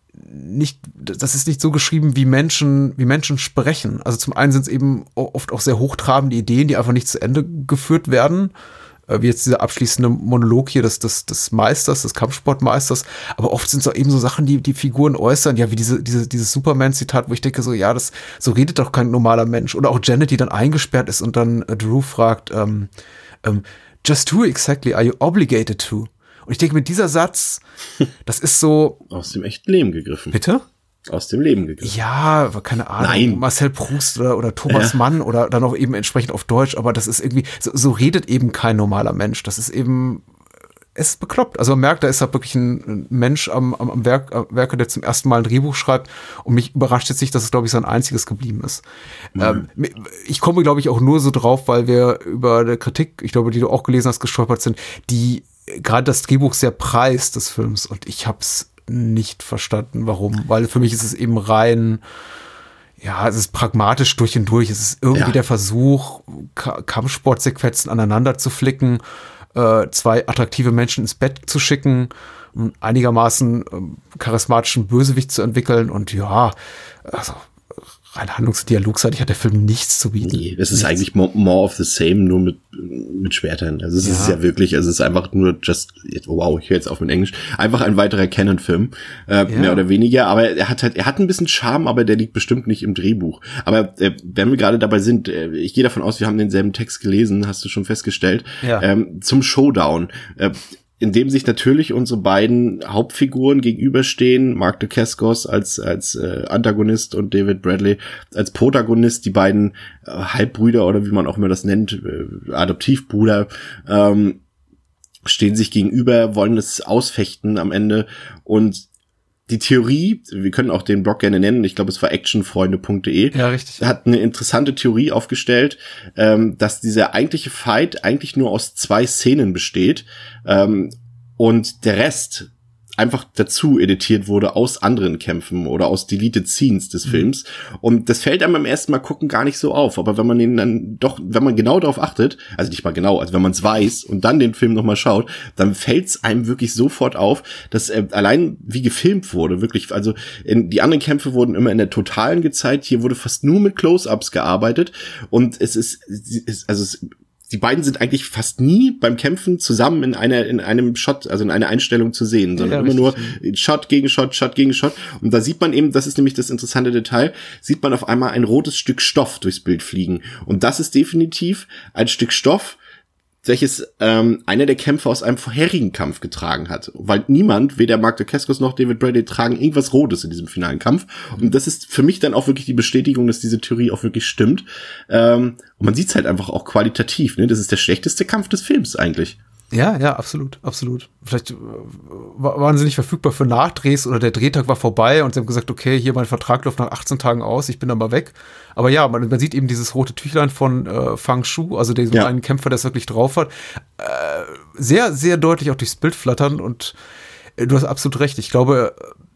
nicht, das ist nicht so geschrieben, wie Menschen, wie Menschen sprechen. Also zum einen sind es eben oft auch sehr hochtrabende Ideen, die einfach nicht zu Ende geführt werden. Wie jetzt dieser abschließende Monolog hier des, des, des Meisters, des Kampfsportmeisters. Aber oft sind es auch eben so Sachen, die die Figuren äußern. Ja, wie diese, diese, dieses Superman-Zitat, wo ich denke so, ja, das, so redet doch kein normaler Mensch. Oder auch Janet, die dann eingesperrt ist und dann äh, Drew fragt, ähm, ähm, just who exactly are you obligated to? Und ich denke, mit dieser Satz, das ist so. Aus dem echten Leben gegriffen. Bitte? Aus dem Leben gegriffen. Ja, keine Ahnung. Nein. Marcel Proust oder, oder Thomas ja. Mann oder dann auch eben entsprechend auf Deutsch. Aber das ist irgendwie, so, so redet eben kein normaler Mensch. Das ist eben, es ist bekloppt. Also man merkt, da ist halt wirklich ein Mensch am, am, am Werk, am Werke, der zum ersten Mal ein Drehbuch schreibt. Und mich überrascht jetzt nicht, dass es, glaube ich, sein einziges geblieben ist. Mhm. Ähm, ich komme, glaube ich, auch nur so drauf, weil wir über der Kritik, ich glaube, die du auch gelesen hast, gestolpert sind, die gerade das Drehbuch sehr preist des Films. Und ich hab's nicht verstanden, warum. Weil für mich ist es eben rein, ja, es ist pragmatisch durch und durch. Es ist irgendwie ja. der Versuch, K- Kampfsportsequenzen aneinander zu flicken, äh, zwei attraktive Menschen ins Bett zu schicken, einen einigermaßen äh, charismatischen Bösewicht zu entwickeln und ja, also rein handlungs- und dialogseitig hat der Film nichts zu bieten. Nee, das ist nichts. eigentlich more, more of the same, nur mit, mit Schwertern. Also es ja. ist ja wirklich, also es ist einfach nur just, wow, ich höre jetzt auf mit Englisch, einfach ein weiterer Canon-Film, äh, ja. mehr oder weniger, aber er hat halt, er hat ein bisschen Charme, aber der liegt bestimmt nicht im Drehbuch. Aber äh, wenn wir gerade dabei sind, äh, ich gehe davon aus, wir haben denselben Text gelesen, hast du schon festgestellt, ja. ähm, zum Showdown. Äh, in dem sich natürlich unsere beiden Hauptfiguren gegenüberstehen, Mark Dacascos als als äh, Antagonist und David Bradley als Protagonist, die beiden äh, Halbbrüder oder wie man auch immer das nennt, äh, Adoptivbrüder, ähm, stehen sich gegenüber, wollen es ausfechten am Ende und die Theorie, wir können auch den Blog gerne nennen, ich glaube, es war actionfreunde punkt de, ja, richtig. Hat eine interessante Theorie aufgestellt, ähm, dass dieser eigentliche Fight eigentlich nur aus zwei Szenen besteht ähm, und der Rest einfach dazu editiert wurde aus anderen Kämpfen oder aus Deleted Scenes des Films. Mhm. Und das fällt einem beim ersten Mal gucken gar nicht so auf. Aber wenn man den dann doch, wenn man genau darauf achtet, also nicht mal genau, also wenn man es weiß und dann den Film nochmal schaut, dann fällt es einem wirklich sofort auf, dass äh, allein wie gefilmt wurde, wirklich, also in, die anderen Kämpfe wurden immer in der Totalen gezeigt, hier wurde fast nur mit Close-Ups gearbeitet und es ist, es, also es die beiden sind eigentlich fast nie beim Kämpfen zusammen in einer, in einem Shot, also in einer Einstellung zu sehen, sondern ja, immer nur Shot gegen Shot, Shot gegen Shot. Und da sieht man eben, das ist nämlich das interessante Detail, sieht man auf einmal ein rotes Stück Stoff durchs Bild fliegen. Und das ist definitiv ein Stück Stoff, welches ähm, einer der Kämpfer aus einem vorherigen Kampf getragen hat. Weil niemand, weder Mark Dacascos noch David Bradley, tragen irgendwas Rotes in diesem finalen Kampf. Und das ist für mich dann auch wirklich die Bestätigung, dass diese Theorie auch wirklich stimmt. Ähm, und man sieht es halt einfach auch qualitativ. Ne? Das ist der schlechteste Kampf des Films eigentlich. Ja, ja, absolut, absolut. Vielleicht äh, waren sie nicht verfügbar für Nachdrehs oder der Drehtag war vorbei und sie haben gesagt, okay, hier mein Vertrag läuft nach achtzehn Tagen aus, ich bin dann mal weg. Aber ja, man, man sieht eben dieses rote Tüchlein von äh, Fang Shu, also den ja. einen Kämpfer, der es wirklich drauf hat, äh, sehr, sehr deutlich auch durchs Bild flattern und äh, du hast absolut recht. Ich glaube,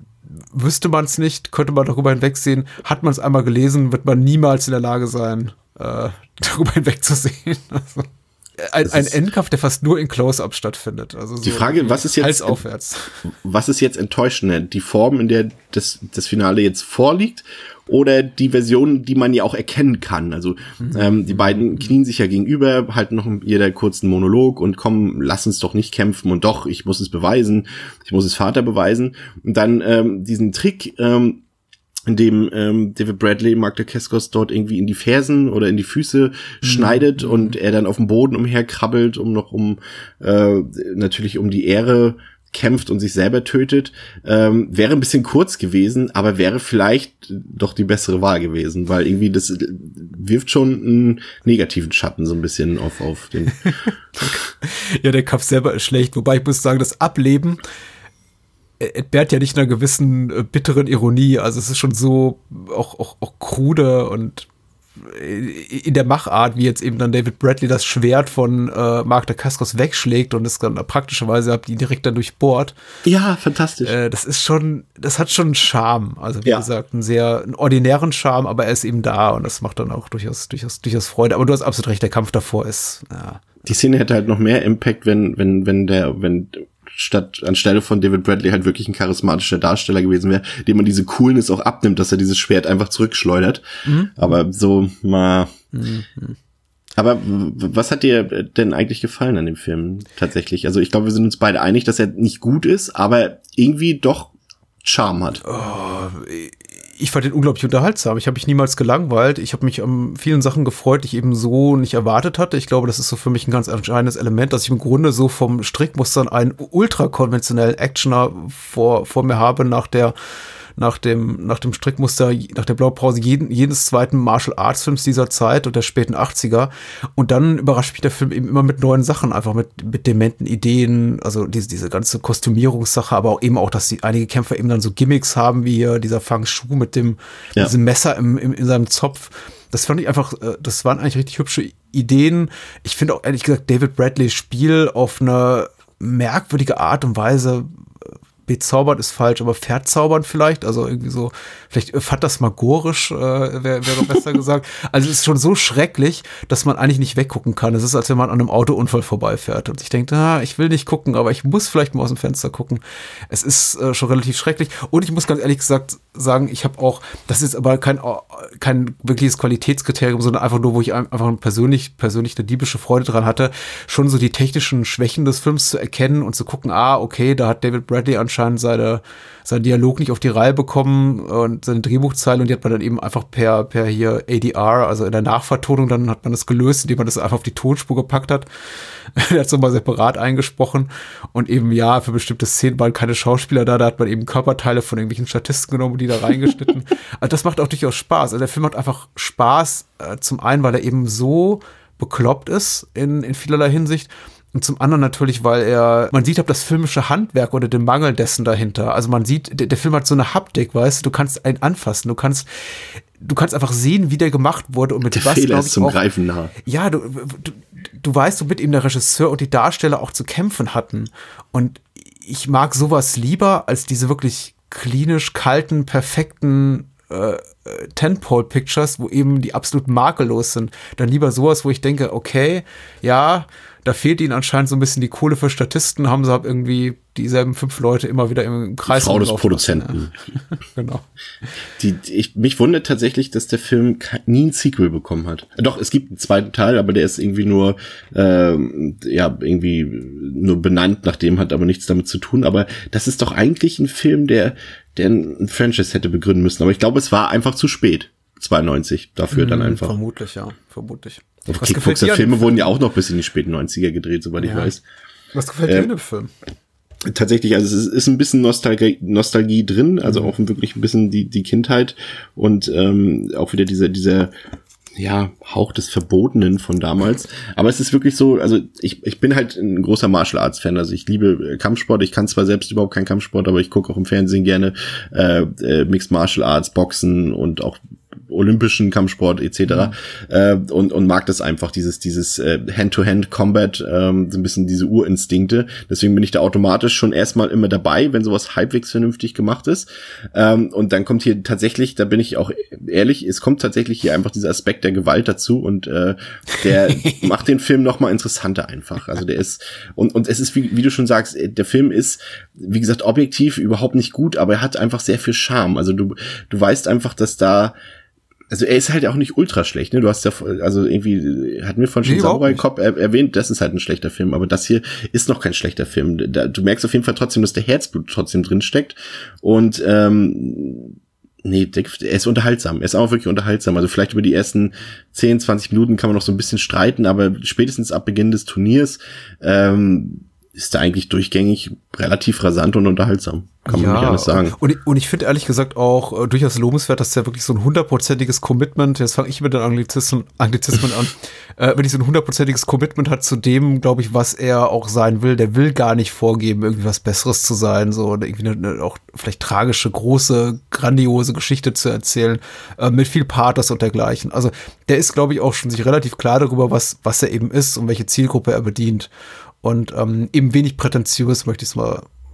wüsste man es nicht, könnte man darüber hinwegsehen. Hat man es einmal gelesen, wird man niemals in der Lage sein, äh, darüber hinwegzusehen. Also. Ein, ein Endkampf, der fast nur in Close-Up stattfindet. Also so die Frage, was ist jetzt Hals aufwärts. Was ist jetzt enttäuschender? Die Form, in der das, das Finale jetzt vorliegt, oder die Version, die man ja auch erkennen kann? Also mhm. ähm, die beiden knien sich ja gegenüber, halten noch jeder kurzen Monolog und kommen, lass uns doch nicht kämpfen und doch, ich muss es beweisen, ich muss es Vater beweisen. Und dann ähm, diesen Trick, ähm, in dem ähm, David Bradley Mark Dacascos dort irgendwie in die Fersen oder in die Füße mhm. schneidet und er dann auf dem Boden umherkrabbelt, um noch um äh, natürlich um die Ehre kämpft und sich selber tötet, ähm, wäre ein bisschen kurz gewesen, aber wäre vielleicht doch die bessere Wahl gewesen, weil irgendwie das wirft schon einen negativen Schatten so ein bisschen auf, auf den. Ja, der Kampf selber ist schlecht, wobei ich muss sagen, das Ableben entbehrt ja nicht einer gewissen äh, bitteren Ironie. Also es ist schon so auch, auch, auch krude und in der Machart, wie jetzt eben dann David Bradley das Schwert von äh, Mark Dacascos wegschlägt und es dann praktischerweise habt ihr direkt dann durchbohrt. Ja, fantastisch. Äh, das ist schon, das hat schon einen Charme. Also wie ja. gesagt, einen sehr einen ordinären Charme, aber er ist eben da und das macht dann auch durchaus, durchaus, durchaus Freude. Aber du hast absolut recht, der Kampf davor ist, ja. Die Szene hätte halt noch mehr Impact, wenn, wenn, wenn der, wenn statt, anstelle von David Bradley halt wirklich ein charismatischer Darsteller gewesen wäre, dem man diese Coolness auch abnimmt, dass er dieses Schwert einfach zurückschleudert. Mhm. Aber so mal, mhm. Aber was hat dir denn eigentlich gefallen an dem Film tatsächlich? Also ich glaube, wir sind uns beide einig, dass er nicht gut ist, aber irgendwie doch Charme hat. Oh, ich fand den unglaublich unterhaltsam. Ich habe mich niemals gelangweilt. Ich habe mich an vielen Sachen gefreut, die ich eben so nicht erwartet hatte. Ich glaube, das ist so für mich ein ganz entscheidendes Element, dass ich im Grunde so vom Strickmustern einen ultrakonventionellen Actioner vor, vor mir habe, nach der nach dem, nach dem Strickmuster, nach der Blaupause jeden, jedes zweiten Martial Arts Films dieser Zeit und der späten achtziger. Und dann überrascht mich der Film eben immer mit neuen Sachen, einfach mit, mit dementen Ideen, also diese, diese ganze Kostümierungssache, aber auch eben auch, dass die einige Kämpfer eben dann so Gimmicks haben, wie hier dieser Fang Shu mit dem, ja. diesem Messer im, im, in seinem Zopf. Das fand ich einfach, das waren eigentlich richtig hübsche Ideen. Ich finde auch ehrlich gesagt David Bradleys Spiel auf eine merkwürdige Art und Weise bezaubert ist falsch, aber verzaubern vielleicht, also irgendwie so, vielleicht phantasmagorisch äh, wäre wär besser gesagt. Also es ist schon so schrecklich, dass man eigentlich nicht weggucken kann. Es ist, als wenn man an einem Autounfall vorbeifährt und ich denke, ah, ich will nicht gucken, aber ich muss vielleicht mal aus dem Fenster gucken. Es ist äh, schon relativ schrecklich und ich muss ganz ehrlich gesagt sagen, ich habe auch, das ist aber kein, kein wirkliches Qualitätskriterium, sondern einfach nur, wo ich einfach persönlich, persönlich eine diebische Freude dran hatte, schon so die technischen Schwächen des Films zu erkennen und zu gucken, ah, okay, da hat David Bradley anscheinend seine, seinen Dialog nicht auf die Reihe bekommen und seine Drehbuchzeile und die hat man dann eben einfach per, per hier A D R, also in der Nachvertonung, dann hat man das gelöst, indem man das einfach auf die Tonspur gepackt hat. Der hat es nochmal separat eingesprochen und eben, ja, für bestimmte Szenen waren keine Schauspieler da, da hat man eben Körperteile von irgendwelchen Statisten genommen und die da reingeschnitten. Also das macht auch durchaus Spaß. Also der Film hat einfach Spaß, äh, zum einen, weil er eben so bekloppt ist in, in vielerlei Hinsicht. Und zum anderen natürlich, weil er, man sieht halt das filmische Handwerk oder den Mangel dessen dahinter. Also man sieht, der, der Film hat so eine Haptik, weißt du, du kannst einen anfassen, du kannst, du kannst einfach sehen, wie der gemacht wurde und mit der was, Fehler ist zum auch, Greifen nah. Ja, du, du, du weißt, womit eben der Regisseur und die Darsteller auch zu kämpfen hatten. Und ich mag sowas lieber als diese wirklich klinisch kalten, perfekten äh, Tentpole-Pictures, wo eben die absolut makellos sind. Dann lieber sowas, wo ich denke, okay, ja, da fehlt ihnen anscheinend so ein bisschen die Kohle für Statisten, haben sie halt irgendwie dieselben fünf Leute immer wieder im Kreis. Die Frau des Produzenten. Ja. Genau. Die, die, ich, mich wundert tatsächlich, dass der Film nie ein Sequel bekommen hat. Doch, es gibt einen zweiten Teil, aber der ist irgendwie nur, ähm, ja, irgendwie nur benannt, nach dem hat aber nichts damit zu tun. Aber das ist doch eigentlich ein Film, der, der ein Franchise hätte begründen müssen. Aber ich glaube, es war einfach zu spät. zweiundneunzig dafür hm, dann einfach. Vermutlich, ja, vermutlich. Kickboxer Filme wurden ja auch noch bis in die späten neunziger gedreht, soweit ja. ich weiß. Was gefällt dir äh, in dem Film? Tatsächlich, also es ist ein bisschen Nostalgie, Nostalgie drin, also mhm. auch wirklich ein bisschen die die Kindheit und ähm, auch wieder dieser dieser ja Hauch des Verbotenen von damals. Aber es ist wirklich so, also ich ich bin halt ein großer Martial Arts Fan, also ich liebe Kampfsport. Ich kann zwar selbst überhaupt keinen Kampfsport, aber ich gucke auch im Fernsehen gerne äh, äh, Mixed Martial Arts, Boxen und auch olympischen Kampfsport et cetera. Mhm. Äh, und und mag das einfach, dieses dieses äh, Hand-to-Hand-Combat, ähm, so ein bisschen diese Urinstinkte. Deswegen bin ich da automatisch schon erstmal immer dabei, wenn sowas halbwegs vernünftig gemacht ist. Ähm, und dann kommt hier tatsächlich, da bin ich auch ehrlich, es kommt tatsächlich hier einfach dieser Aspekt der Gewalt dazu und äh, der macht den Film noch mal interessanter einfach. Also der ist, und und es ist, wie, wie du schon sagst, der Film ist, wie gesagt, objektiv überhaupt nicht gut, aber er hat einfach sehr viel Charme. Also du du weißt einfach, dass da Also er ist halt auch nicht ultra schlecht, ne? Du hast ja, also irgendwie, hatten wir von schon nee, Samurai Cop er, erwähnt, das ist halt ein schlechter Film, aber das hier ist noch kein schlechter Film. Da, du merkst auf jeden Fall trotzdem, dass der Herzblut trotzdem drin steckt und ähm, nee, der, er ist unterhaltsam. Er ist auch wirklich unterhaltsam. Also vielleicht über die ersten zehn, zwanzig Minuten kann man noch so ein bisschen streiten, aber spätestens ab Beginn des Turniers ähm, ist er eigentlich durchgängig relativ rasant und unterhaltsam. Kann man ja nicht anders sagen. Und, und ich finde ehrlich gesagt auch äh, durchaus lobenswert, dass der wirklich so ein hundertprozentiges Commitment, jetzt fange ich mit den Anglizismen, Anglizismen an, äh, wenn ich so ein hundertprozentiges Commitment hat zu dem, glaube ich, was er auch sein will. Der will gar nicht vorgeben, irgendwie was Besseres zu sein, so oder irgendwie eine, eine auch vielleicht tragische, große, grandiose Geschichte zu erzählen, äh, mit viel Pathos und dergleichen. Also der ist, glaube ich, auch schon sich relativ klar darüber, was, was er eben ist und welche Zielgruppe er bedient. Und ähm, eben wenig prätentiös, möchte ich es mal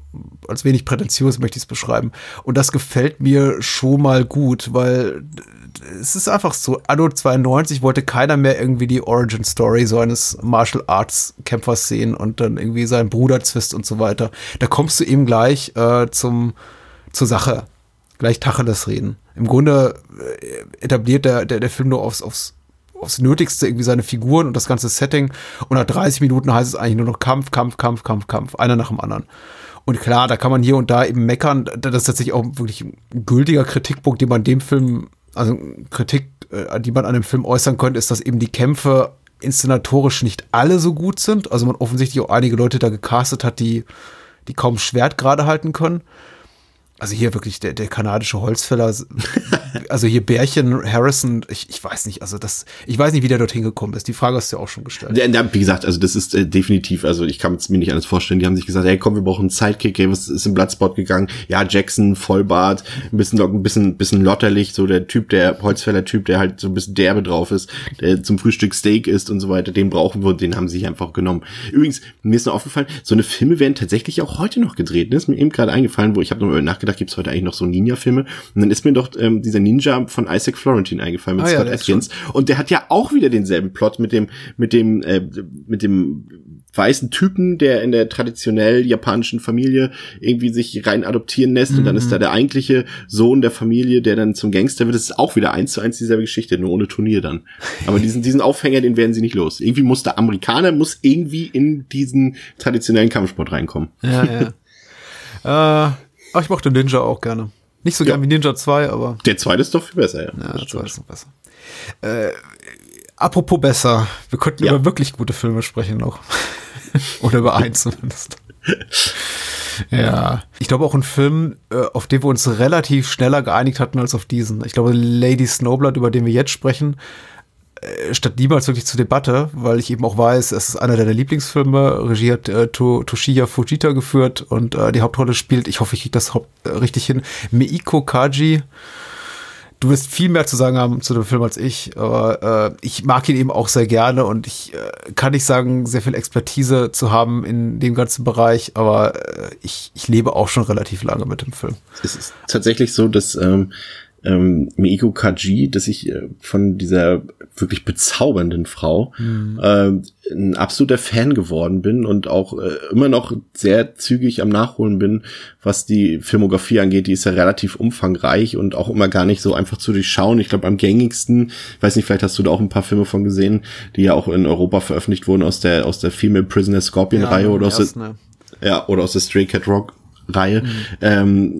als wenig prätentiös möchte ich es beschreiben. Und das gefällt mir schon mal gut, weil es ist einfach so, Anno zweiundneunzig wollte keiner mehr irgendwie die Origin-Story so eines Martial-Arts-Kämpfers sehen und dann irgendwie seinen Bruder Zwist und so weiter. Da kommst du eben gleich äh, zum, zur Sache, gleich Tacheles reden. Im Grunde äh, etabliert der, der, der Film nur aufs, aufs, aufs Nötigste irgendwie seine Figuren und das ganze Setting und nach dreißig Minuten heißt es eigentlich nur noch Kampf, Kampf, Kampf, Kampf, Kampf, einer nach dem anderen. Und klar, da kann man hier und da eben meckern, das ist tatsächlich auch wirklich ein gültiger Kritikpunkt, den man dem Film, also Kritik, äh, die man an dem Film äußern könnte, ist, dass eben die Kämpfe inszenatorisch nicht alle so gut sind. Also man offensichtlich auch einige Leute da gecastet hat, die, die kaum Schwert gerade halten können. Also hier wirklich der, der kanadische Holzfäller, also hier Bärchen Harrison, ich, ich weiß nicht, also das, ich weiß nicht, wie der dorthin gekommen ist. Die Frage hast du ja auch schon gestellt. Ja, ja, wie gesagt, also das ist äh, definitiv, also ich kann es mir nicht alles vorstellen. Die haben sich gesagt, hey, komm, wir brauchen einen Sidekick, hey, was ist im Bloodspot gegangen? Ja, Jackson, Vollbart, ein bisschen, ein bisschen, bisschen lotterlich, so der Typ, der Holzfäller-Typ, der halt so ein bisschen derbe drauf ist, der zum Frühstück Steak isst und so weiter, den brauchen wir und den haben sie sich einfach genommen. Übrigens, mir ist noch aufgefallen, so eine Filme werden tatsächlich auch heute noch gedreht. Das ist mir eben gerade eingefallen, wo ich habe noch nachgedacht, gibt es heute eigentlich noch so Ninja-Filme? Und dann ist mir doch ähm, dieser Ninja von Isaac Florentine eingefallen mit ah, Scott ja, Adkins. Und der hat ja auch wieder denselben Plot mit dem mit dem äh, mit dem weißen Typen, der in der traditionell japanischen Familie irgendwie sich rein adoptieren lässt. Mhm. Und dann ist da der eigentliche Sohn der Familie, der dann zum Gangster wird. Das ist auch wieder eins zu eins dieselbe Geschichte, nur ohne Turnier dann. Aber diesen diesen Aufhänger, den werden sie nicht los. Irgendwie muss der Amerikaner muss irgendwie in diesen traditionellen Kampfsport reinkommen. Ja, ja. äh, ach, ich mochte Ninja auch gerne. Nicht so gern ja. wie Ninja zwei, aber... Der zweite ist doch viel besser, ja. Ja, der zweite ist noch besser. Äh, apropos besser, wir könnten ja. über wirklich gute Filme sprechen noch. Oder über einen zumindest. Ja. Ich glaube auch ein Film, auf den wir uns relativ schneller geeinigt hatten als auf diesen. Ich glaube, Lady Snowblood, über den wir jetzt sprechen, statt niemals wirklich zur Debatte, weil ich eben auch weiß, es ist einer deiner Lieblingsfilme, Regie hat äh, to- Toshiya Fujita geführt und äh, die Hauptrolle spielt, ich hoffe, ich kriege das Haupt, äh, richtig hin, Meiko Kaji. Du wirst viel mehr zu sagen haben zu dem Film als ich, aber äh, ich mag ihn eben auch sehr gerne und ich äh, kann nicht sagen, sehr viel Expertise zu haben in dem ganzen Bereich, aber äh, ich, ich lebe auch schon relativ lange mit dem Film. Es ist tatsächlich so, dass ähm, ähm, Meiko Kaji, dass ich äh, von dieser wirklich bezaubernden Frau mhm. äh, ein absoluter Fan geworden bin und auch äh, immer noch sehr zügig am Nachholen bin, was die Filmografie angeht. Die ist ja relativ umfangreich und auch immer gar nicht so einfach zu durchschauen. Ich glaube, am gängigsten, weiß nicht, vielleicht hast du da auch ein paar Filme von gesehen, die ja auch in Europa veröffentlicht wurden aus der aus der Female Prisoner Scorpion ja, Reihe oder aus ersten, der, ne? ja, oder aus der Stray Cat Rock Reihe. Mhm. Ähm,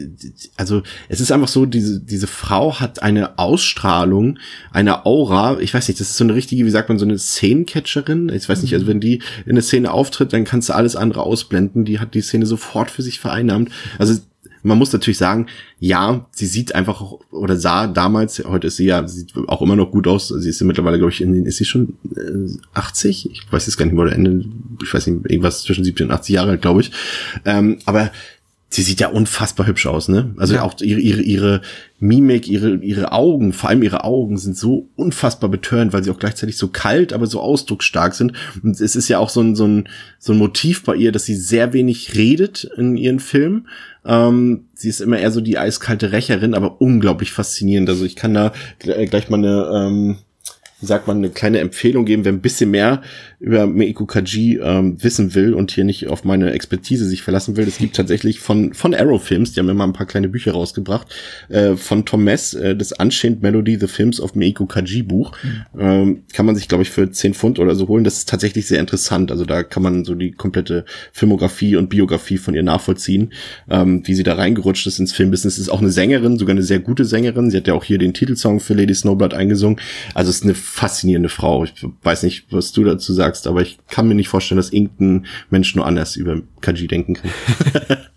also es ist einfach so, diese diese Frau hat eine Ausstrahlung, eine Aura, ich weiß nicht, das ist so eine richtige, wie sagt man, so eine Szenencatcherin, ich weiß nicht, also wenn die in der Szene auftritt, dann kannst du alles andere ausblenden, die hat die Szene sofort für sich vereinnahmt. Also man muss natürlich sagen, ja, sie sieht einfach, oder sah damals, heute ist sie ja, sieht auch immer noch gut aus, sie ist ja mittlerweile, glaube ich, in, ist sie schon äh, achtzig? Ich weiß jetzt gar nicht mehr, oder Ende, ich weiß nicht, irgendwas zwischen siebzig und achtzig Jahre alt, glaube ich. Ähm, aber sie sieht ja unfassbar hübsch aus, ne? Also ja. auch ihre, ihre, ihre Mimik, ihre, ihre Augen, vor allem ihre Augen sind so unfassbar betörend, weil sie auch gleichzeitig so kalt, aber so ausdrucksstark sind. Und es ist ja auch so ein, so ein, so ein Motiv bei ihr, dass sie sehr wenig redet in ihren Filmen. Ähm, sie ist immer eher so die eiskalte Rächerin, aber unglaublich faszinierend. Also ich kann da gleich mal eine, ähm, wie sagt man, eine kleine Empfehlung geben, wer ein bisschen mehr über Meiko Kaji ähm, wissen will und hier nicht auf meine Expertise sich verlassen will. Es gibt tatsächlich von von Arrow Films, die haben immer ein paar kleine Bücher rausgebracht, äh, von Tom Mess, äh, das Unchained Melody, The Films of Meiko Kaji Buch. Mhm. Ähm, kann man sich, glaube ich, für zehn Pfund oder so holen. Das ist tatsächlich sehr interessant. Also da kann man so die komplette Filmografie und Biografie von ihr nachvollziehen, ähm, wie sie da reingerutscht ist ins Filmbusiness. Ist auch eine Sängerin, sogar eine sehr gute Sängerin. Sie hat ja auch hier den Titelsong für Lady Snowblood eingesungen. Also es ist eine faszinierende Frau. Ich weiß nicht, was du dazu sagst, aber ich kann mir nicht vorstellen, dass irgendein Mensch nur anders über Kaji denken kann.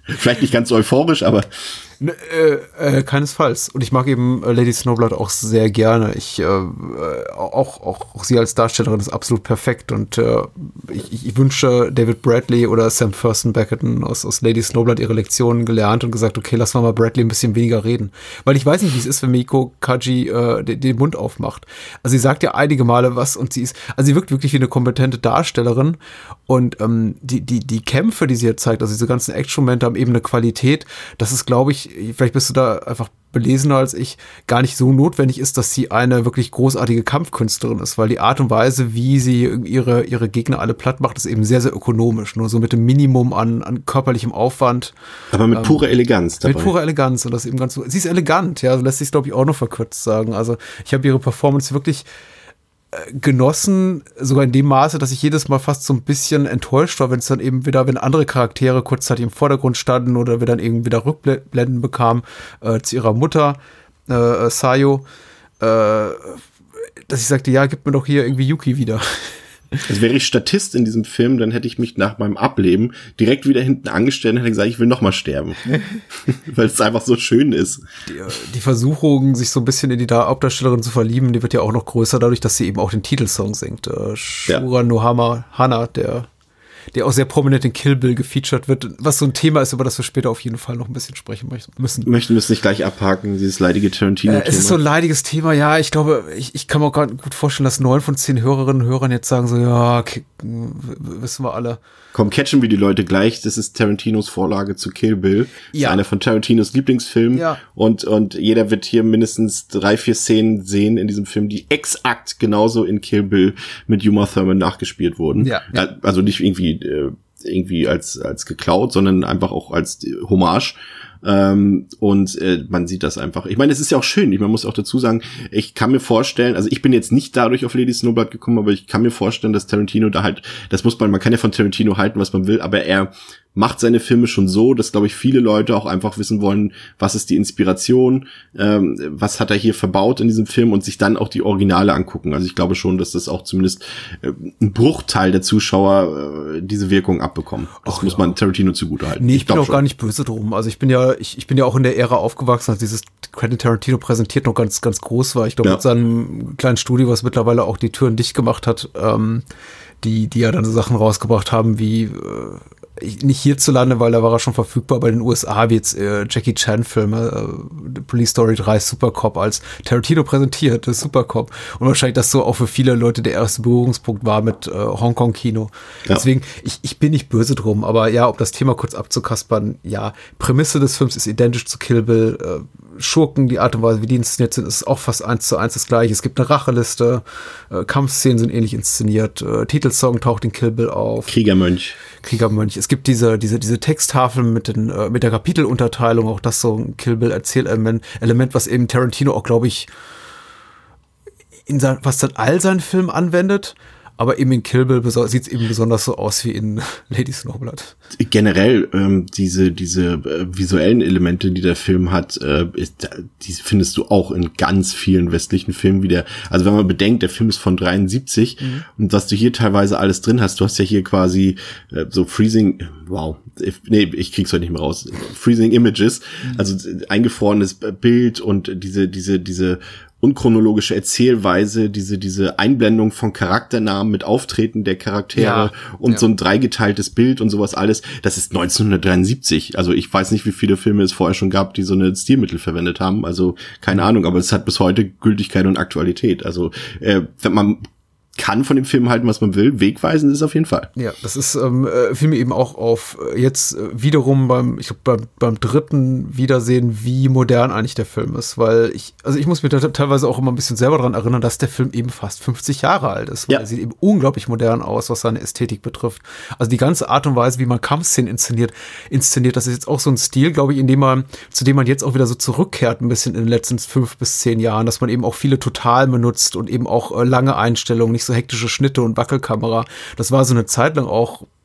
Vielleicht nicht ganz so euphorisch, aber Ne, äh, äh, keinesfalls. Und ich mag eben äh, Lady Snowblood auch sehr gerne. Ich äh, auch, auch, auch sie als Darstellerin ist absolut perfekt. Und äh, ich, ich wünsche, David Bradley oder Sam Furstenberg hätten aus, aus Lady Snowblood ihre Lektionen gelernt und gesagt, okay, lass mal mal Bradley ein bisschen weniger reden. Weil ich weiß nicht, wie es ist, wenn Meiko Kaji äh, den, den Mund aufmacht. Also sie sagt ja einige Male was und sie ist, also sie wirkt wirklich wie eine kompetente Darstellerin. Und ähm, die, die, die Kämpfe, die sie jetzt zeigt, also diese ganzen Action-Momente haben eben eine Qualität, das ist, glaube ich, vielleicht bist du da einfach belesener als ich, gar nicht so notwendig ist, dass sie eine wirklich großartige Kampfkünstlerin ist, weil die Art und Weise, wie sie ihre, ihre Gegner alle platt macht, ist eben sehr, sehr ökonomisch, nur so mit dem Minimum an, an körperlichem Aufwand. Aber mit ähm, purer Eleganz dabei. Mit purer Eleganz und das eben ganz so, sie ist elegant, ja, so lässt sich glaube ich auch noch verkürzt sagen. Also ich habe ihre Performance wirklich genossen, sogar in dem Maße, dass ich jedes Mal fast so ein bisschen enttäuscht war, wenn es dann eben wieder, wenn andere Charaktere kurzzeitig im Vordergrund standen oder wir dann eben wieder Rückblenden bekamen äh, zu ihrer Mutter, äh, Sayo, äh, dass ich sagte, ja, gib mir doch hier irgendwie Yuki wieder. Also wäre ich Statist in diesem Film, dann hätte ich mich nach meinem Ableben direkt wieder hinten angestellt und hätte gesagt, ich will noch mal sterben. Weil es einfach so schön ist. Die, die Versuchung, sich so ein bisschen in die Hauptdarstellerin zu verlieben, die wird ja auch noch größer dadurch, dass sie eben auch den Titelsong singt. Äh, Shura ja. Nohama Hana, der der auch sehr prominent in Kill Bill gefeatured wird, was so ein Thema ist, über das wir später auf jeden Fall noch ein bisschen sprechen müssen. Möchten wir es nicht gleich abhaken, dieses leidige Tarantino-Thema? Äh, es ist so ein leidiges Thema, ja, ich glaube, ich, ich kann mir auch gar gut vorstellen, dass neun von zehn Hörerinnen und Hörern jetzt sagen so, ja, okay, wissen wir alle. Komm, catchen wir die Leute gleich. Das ist Tarantinos Vorlage zu Kill Bill. Das ja. ist einer von Tarantinos Lieblingsfilmen. Ja. Und, und jeder wird hier mindestens drei, vier Szenen sehen in diesem Film, die exakt genauso in Kill Bill mit Uma Thurman nachgespielt wurden. Ja. Also nicht irgendwie, äh, irgendwie als, als geklaut, sondern einfach auch als Hommage. Ähm, und äh, man sieht das einfach. Ich meine, es ist ja auch schön. Ich, man muss auch dazu sagen, ich kann mir vorstellen, also ich bin jetzt nicht dadurch auf Lady Snowblood gekommen, aber ich kann mir vorstellen, dass Tarantino da halt, das muss man, man kann ja von Tarantino halten, was man will, aber er macht seine Filme schon so, dass, glaube ich, viele Leute auch einfach wissen wollen, was ist die Inspiration, ähm, was hat er hier verbaut in diesem Film und sich dann auch die Originale angucken. Also ich glaube schon, dass das auch zumindest äh, ein Bruchteil der Zuschauer äh, diese Wirkung abbekommen. Das Ach, muss ja. man Tarantino zugutehalten. Nee, ich, ich bin auch schon. gar nicht böse drum. Also ich bin ja, ich, ich bin ja auch in der Ära aufgewachsen, als dieses Quentin Tarantino präsentiert noch ganz, ganz groß war. Ich glaube, ja. mit seinem kleinen Studio, was mittlerweile auch die Türen dicht gemacht hat, ähm, die, die ja dann so Sachen rausgebracht haben wie äh, nicht hierzulande, weil da war er schon verfügbar, bei den U S A wie jetzt äh, Jackie Chan-Filme, äh, Police Story drei, Supercop als Tarantino präsentiert, das Supercop. Und wahrscheinlich das so auch für viele Leute der erste Berührungspunkt war mit äh, Hongkong-Kino. Ja. Deswegen, ich, ich bin nicht böse drum, aber ja, um das Thema kurz abzukaspern, ja, Prämisse des Films ist identisch zu Kill Bill, äh, Schurken, die Art und Weise, wie die inszeniert sind, ist auch fast eins zu eins das gleiche. Es gibt eine Racheliste, äh, Kampfszenen sind ähnlich inszeniert, äh, Titelsong taucht in Kill Bill auf. Kriegermönch. Kriegermönch. Es gibt diese, diese, diese Texttafeln mit den, äh, mit der Kapitelunterteilung, auch das so ein Kill Bill Erzählelement, Element, was eben Tarantino auch, glaube ich, in sein, fast in all seinen Filmen anwendet. Aber eben in Kill Bill sieht es eben besonders so aus wie in Lady Snowblood. Generell ähm, diese diese äh, visuellen Elemente, die der Film hat, äh, ist, die findest du auch in ganz vielen westlichen Filmen wieder. Also wenn man bedenkt, der Film ist von dreiundsiebzig mhm. und was du hier teilweise alles drin hast, du hast ja hier quasi äh, so Freezing, wow, if, nee, ich krieg's heute nicht mehr raus, Freezing Images, mhm. also eingefrorenes Bild und diese diese diese unchronologische Erzählweise, diese diese Einblendung von Charakternamen mit Auftreten der Charaktere ja, und ja. so ein dreigeteiltes Bild und sowas alles, das ist neunzehnhundertdreiundsiebzig. Also ich weiß nicht, wie viele Filme es vorher schon gab, die so eine Stilmittel verwendet haben. Also keine Ahnung, aber es hat bis heute Gültigkeit und Aktualität. Also äh, wenn man kann von dem Film halten, was man will. Wegweisend ist auf jeden Fall. Ja, das ist ähm, fiel mir eben auch auf äh, jetzt äh, wiederum beim, ich glaube beim, beim dritten Wiedersehen, wie modern eigentlich der Film ist, weil ich, also ich muss mir da teilweise auch immer ein bisschen selber dran erinnern, dass der Film eben fast fünfzig Jahre alt ist. Weil ja. Er sieht eben unglaublich modern aus, was seine Ästhetik betrifft. Also die ganze Art und Weise, wie man Kampfszenen inszeniert, inszeniert, das ist jetzt auch so ein Stil, glaube ich, in dem man, zu dem man jetzt auch wieder so zurückkehrt, ein bisschen in den letzten fünf bis zehn Jahren, dass man eben auch viele Totalen benutzt und eben auch äh, lange Einstellungen, nicht so hektische Schnitte und Wackelkamera. Das war so eine Zeit lang auch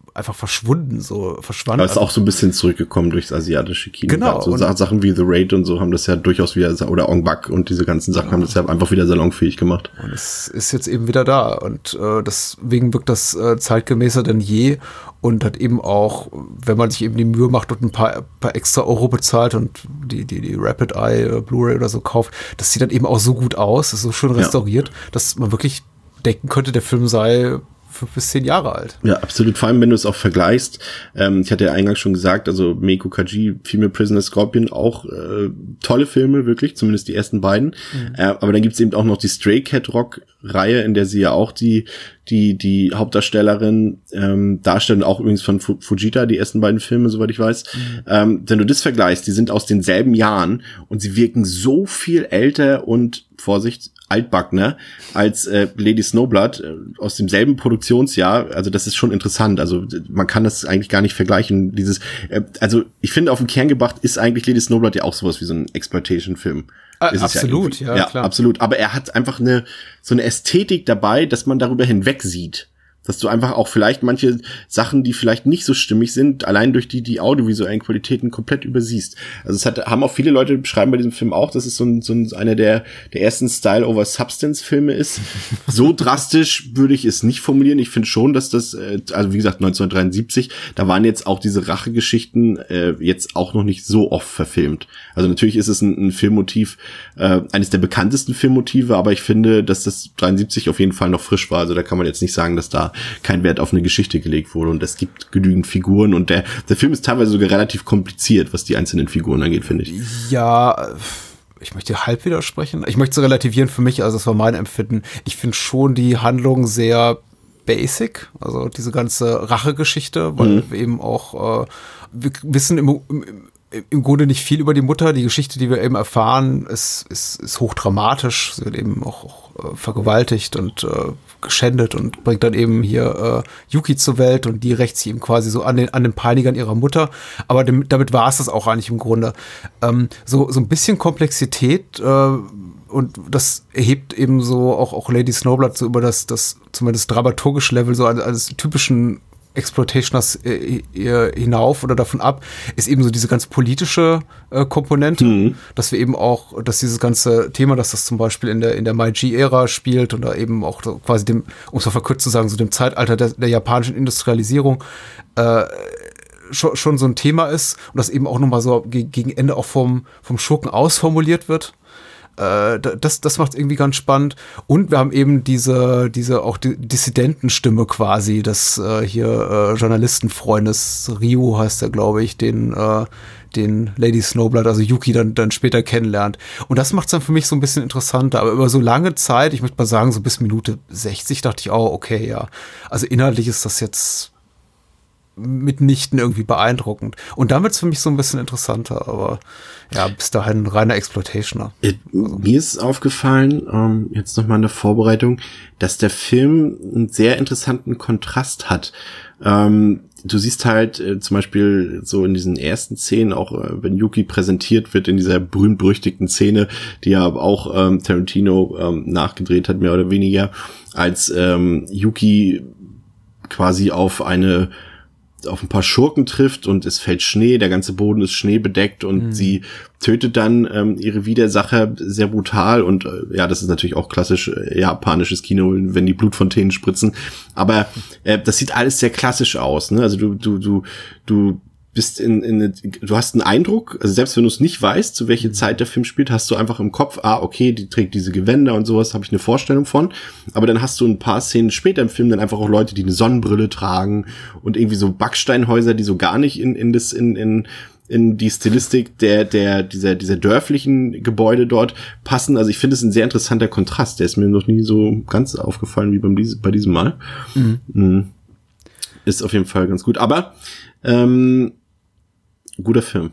einfach verschwunden, so verschwand. Aber es ist auch so ein bisschen zurückgekommen durchs asiatische Kino. Genau. So Sachen wie The Raid und so haben das ja durchaus wieder, oder Ong Bak und diese ganzen Sachen genau. haben das ja einfach wieder salonfähig gemacht. Und es ist jetzt eben wieder da und äh, deswegen wirkt das äh, zeitgemäßer denn je und hat eben auch, wenn man sich eben die Mühe macht und ein paar, paar extra Euro bezahlt und die, die, die Rapid Eye äh, Blu-ray oder so kauft, das sieht dann eben auch so gut aus, ist so schön restauriert, ja. dass man wirklich denken könnte, der Film sei fünf bis zehn Jahre alt. Ja, absolut. Vor allem, wenn du es auch vergleichst. Ähm, ich hatte ja eingangs schon gesagt, also Meiko Kaji, Female Prisoner Scorpion, auch äh, tolle Filme, wirklich, zumindest die ersten beiden. Mhm. Äh, aber dann gibt's eben auch noch die Stray Cat Rock Reihe, in der sie ja auch die die die Hauptdarstellerin ähm, darstellen, auch übrigens von Fu- Fujita, die ersten beiden Filme, soweit ich weiß. Mhm. Ähm, wenn du das vergleichst, die sind aus denselben Jahren und sie wirken so viel älter und, Vorsicht, altbackener als äh, Lady Snowblood äh, aus demselben Produktionsjahr. Also das ist schon interessant. Also man kann das eigentlich gar nicht vergleichen. Dieses, äh, also ich finde, auf den Kern gebracht ist eigentlich Lady Snowblood ja auch sowas wie so ein Exploitation-Film. Ah, absolut, ja, ja, ja klar. absolut. Aber er hat einfach eine so eine Ästhetik dabei, dass man darüber hinweg sieht. Dass du einfach auch vielleicht manche Sachen, die vielleicht nicht so stimmig sind, allein durch die die audiovisuellen Qualitäten komplett übersiehst. Also es hat, haben auch viele Leute beschreiben bei diesem Film auch, dass es so, ein, so ein, einer der, der ersten Style-over-Substance-Filme ist. So drastisch würde ich es nicht formulieren. Ich finde schon, dass das, also wie gesagt, neunzehnhundertdreiundsiebzig, da waren jetzt auch diese Rachegeschichten äh, jetzt auch noch nicht so oft verfilmt. Also natürlich ist es ein, ein Filmmotiv, äh, eines der bekanntesten Filmmotive, aber ich finde, dass das dreiundsiebzig auf jeden Fall noch frisch war. Also da kann man jetzt nicht sagen, dass da kein Wert auf eine Geschichte gelegt wurde und es gibt genügend Figuren und der der Film ist teilweise sogar relativ kompliziert, was die einzelnen Figuren angeht, finde ich. Ja, ich möchte halb widersprechen. Ich möchte es relativieren für mich, also das war mein Empfinden. Ich finde schon die Handlung sehr basic, also diese ganze Rachegeschichte, weil mhm. wir eben auch, äh, wir wissen im, im im Grunde nicht viel über die Mutter. Die Geschichte, die wir eben erfahren, ist, ist, ist hochdramatisch. Sie wird eben auch, auch äh, vergewaltigt und äh, geschändet und bringt dann eben hier äh, Yuki zur Welt und die rächt sich eben quasi so an den, an den Peinigern ihrer Mutter. Aber dem, damit war es das auch eigentlich im Grunde. Ähm, so, so ein bisschen Komplexität äh, und das erhebt eben so auch, auch Lady Snowblood so über das, das zumindest dramaturgische Level so eines, eines typischen Exploitationers äh, hinauf oder davon ab, ist eben so diese ganz politische äh, Komponente, mhm. dass wir eben auch, dass dieses ganze Thema, dass das zum Beispiel in der in der Meiji-Ära spielt und da eben auch so quasi dem, um es mal verkürzt zu sagen, so dem Zeitalter der, der japanischen Industrialisierung äh, schon, schon so ein Thema ist und das eben auch nochmal so ge- gegen Ende auch vom, vom Schurken ausformuliert wird. Das, das macht irgendwie ganz spannend. Und wir haben eben diese, diese auch die Dissidentenstimme quasi, des äh, hier äh, Journalistenfreundes Ryu heißt er, glaube ich, den, äh, den Lady Snowblood, also Yuki dann, dann später kennenlernt. Und das macht es dann für mich so ein bisschen interessanter. Aber über so lange Zeit, ich möchte mal sagen, so bis Minute sechzig dachte ich, oh, okay, ja. Also inhaltlich ist das jetzt mitnichten irgendwie beeindruckend. Und dann wird es für mich so ein bisschen interessanter, aber ja, bis dahin reiner Exploitationer. Also. Mir ist aufgefallen, ähm, jetzt nochmal in der Vorbereitung, dass der Film einen sehr interessanten Kontrast hat. Ähm, du siehst halt äh, zum Beispiel so in diesen ersten Szenen, auch äh, wenn Yuki präsentiert wird, in dieser berühmt-berüchtigten Szene, die ja auch ähm, Tarantino ähm, nachgedreht hat, mehr oder weniger, als ähm, Yuki quasi auf eine auf ein paar Schurken trifft und es fällt Schnee, der ganze Boden ist schneebedeckt und mhm. sie tötet dann ähm, ihre Widersacher sehr brutal und äh, ja, das ist natürlich auch klassisch äh, japanisches Kino, wenn die Blutfontänen spritzen, aber äh, das sieht alles sehr klassisch aus, ne? Also du du du du bist in, in du hast einen Eindruck, also selbst wenn du es nicht weißt, zu welcher Zeit der Film spielt, hast du einfach im Kopf, ah, okay, die trägt diese Gewänder und sowas, habe ich eine Vorstellung von, aber dann hast du ein paar Szenen später im Film dann einfach auch Leute, die eine Sonnenbrille tragen und irgendwie so Backsteinhäuser, die so gar nicht in in das in in in die Stilistik der der dieser dieser dörflichen Gebäude dort passen. Also ich finde es ein sehr interessanter Kontrast, der ist mir noch nie so ganz aufgefallen wie beim bei diesem Mal. Mhm. Ist auf jeden Fall ganz gut, aber ähm, guter Film.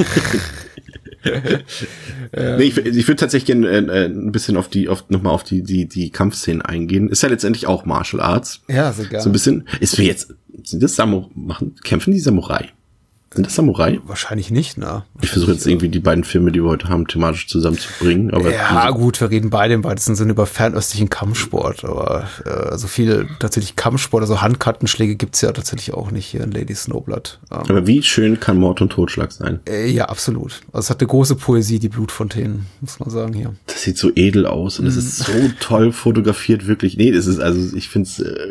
nee, ich ich würde tatsächlich gerne äh, ein bisschen auf die, auf, nochmal auf die, die, die Kampfszenen eingehen. Ist ja letztendlich auch Martial Arts. Ja, sehr gerne. So ein bisschen. Ist mir jetzt, sind das Samurai, machen, kämpfen die Samurai? Sind das Samurai? Wahrscheinlich nicht, ne? Ich versuche jetzt irgendwie die beiden Filme, die wir heute haben, thematisch zusammenzubringen. Aber ja, gut, wir reden beide im weitesten Sinne über fernöstlichen Kampfsport, aber äh, so viel tatsächlich Kampfsport, also Handkartenschläge gibt's ja tatsächlich auch nicht hier in Lady Snowblood. Ähm, aber wie schön kann Mord und Totschlag sein? Äh, ja, absolut. Also es hat eine große Poesie, die Blutfontänen, muss man sagen hier. Das sieht so edel aus und es mm. ist so toll fotografiert, wirklich. Nee, das ist, also ich finde es äh,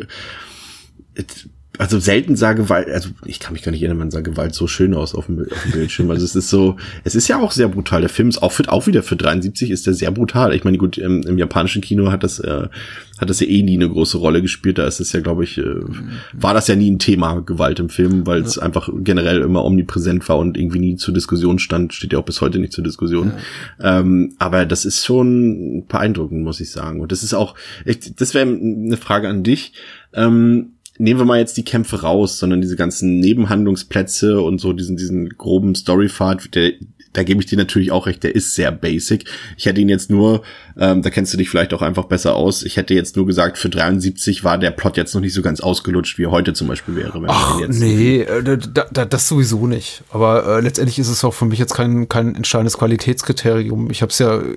also selten sah Gewalt, also ich kann mich gar nicht erinnern, man sah Gewalt so schön aus auf dem, auf dem Bildschirm. Also es ist so, es ist ja auch sehr brutal. Der Film ist auch, für, auch wieder für dreiundsiebzig ist der sehr brutal. Ich meine, gut, im, im japanischen Kino hat das, äh, hat das ja eh nie eine große Rolle gespielt. Da ist es ja, glaube ich, äh, war das ja nie ein Thema, Gewalt im Film, weil es ja. einfach generell immer omnipräsent war und irgendwie nie zur Diskussion stand. Steht ja auch bis heute nicht zur Diskussion. Ja. Ähm, aber das ist schon beeindruckend, muss ich sagen. Und das ist auch, ich, das wäre eine Frage an dich. Ähm, Nehmen wir mal jetzt die Kämpfe raus, sondern diese ganzen Nebenhandlungsplätze und so diesen diesen groben Storypfad, der, da gebe ich dir natürlich auch recht, der ist sehr basic. Ich hätte ihn jetzt nur, ähm, da kennst du dich vielleicht auch einfach besser aus, ich hätte jetzt nur gesagt, für dreiundsiebzig war der Plot jetzt noch nicht so ganz ausgelutscht, wie er heute zum Beispiel wäre. Wenn Ach, jetzt nee, da, da, das sowieso nicht. Aber äh, letztendlich ist es auch für mich jetzt kein kein entscheidendes Qualitätskriterium. Ich habe es ja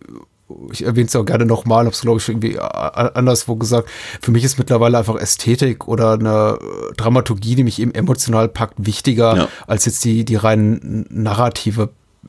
ich erwähne es auch gerne nochmal, habe es, glaube ich, irgendwie anderswo gesagt. Für mich ist mittlerweile einfach Ästhetik oder eine Dramaturgie, die mich eben emotional packt, wichtiger ja. als jetzt die, die rein narrative,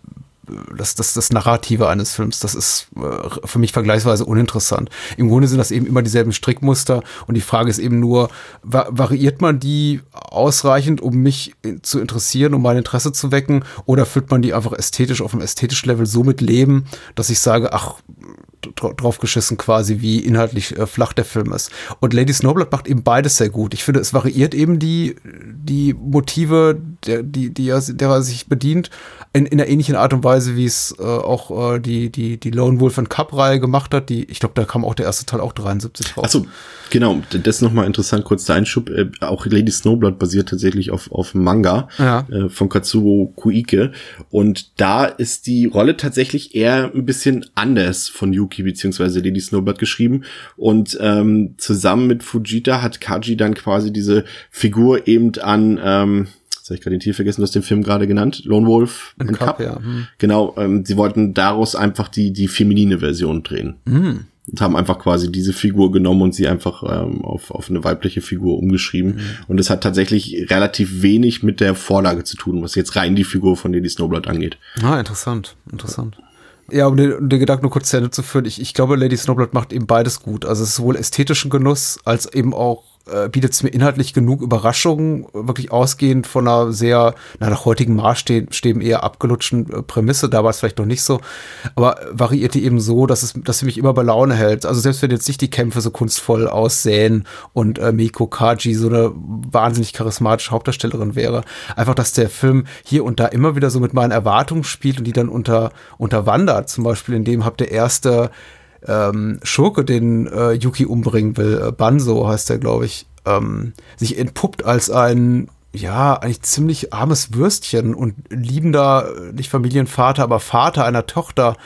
das, das, das Narrative eines Films. Das ist äh, für mich vergleichsweise uninteressant. Im Grunde sind das eben immer dieselben Strickmuster und die Frage ist eben nur, va- variiert man die ausreichend, um mich zu interessieren, um mein Interesse zu wecken, oder füllt man die einfach ästhetisch auf einem ästhetischen Level so mit Leben, dass ich sage, ach, draufgeschissen quasi, wie inhaltlich äh, flach der Film ist. Und Lady Snowblood macht eben beides sehr gut. Ich finde, es variiert eben die, die Motive, der, die, die er, der er sich bedient, in, in einer ähnlichen Art und Weise, wie es äh, auch äh, die, die, die Lone Wolf and Cub-Reihe gemacht hat. Die, ich glaube, da kam auch der erste Teil auch dreiundsiebzig raus. Achso, genau. Das ist nochmal interessant, kurz der Einschub. Äh, auch Lady Snowblood basiert tatsächlich auf, auf Manga ja. äh, von Katsuo Koike. Und da ist die Rolle tatsächlich eher ein bisschen anders von Yuki beziehungsweise Lady Snowblood geschrieben. Und ähm, zusammen mit Fujita hat Kaji dann quasi diese Figur eben an ähm, jetzt habe ich gerade den Titel vergessen, du hast den Film gerade genannt, Lone Wolf and Cub. Cup. Ja. Hm. Genau, ähm, sie wollten daraus einfach die die feminine Version drehen. Hm. Und haben einfach quasi diese Figur genommen und sie einfach ähm, auf auf eine weibliche Figur umgeschrieben. Hm. Und es hat tatsächlich relativ wenig mit der Vorlage zu tun, was jetzt rein die Figur von Lady Snowblood angeht. Ah, interessant, interessant. Ja, um den, um den Gedanken nur kurz zu Ende zu führen, ich, ich glaube, Lady Snowblood macht eben beides gut. Also es ist sowohl ästhetischen Genuss, als eben auch äh, bietet es mir inhaltlich genug Überraschungen, wirklich ausgehend von einer sehr, na, nach heutigen Maßstäben eher abgelutschten äh, Prämisse, da war es vielleicht noch nicht so, aber variiert die eben so, dass es, dass sie mich immer bei Laune hält. Also selbst wenn jetzt nicht die Kämpfe so kunstvoll aussehen und äh, Meiko Kaji so eine wahnsinnig charismatische Hauptdarstellerin wäre, einfach, dass der Film hier und da immer wieder so mit meinen Erwartungen spielt und die dann unter, unterwandert. Zum Beispiel in dem habt der erste ähm, Schurke, den äh, Yuki umbringen will, äh, Banzo heißt der, glaube ich, ähm, sich entpuppt als ein, ja, eigentlich ziemlich armes Würstchen und liebender, nicht Familienvater, aber Vater einer Tochter.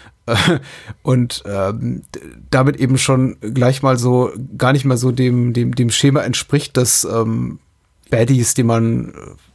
Und ähm, damit eben schon gleich mal so, gar nicht mehr so dem, dem, dem Schema entspricht, dass ähm, Baddies, die man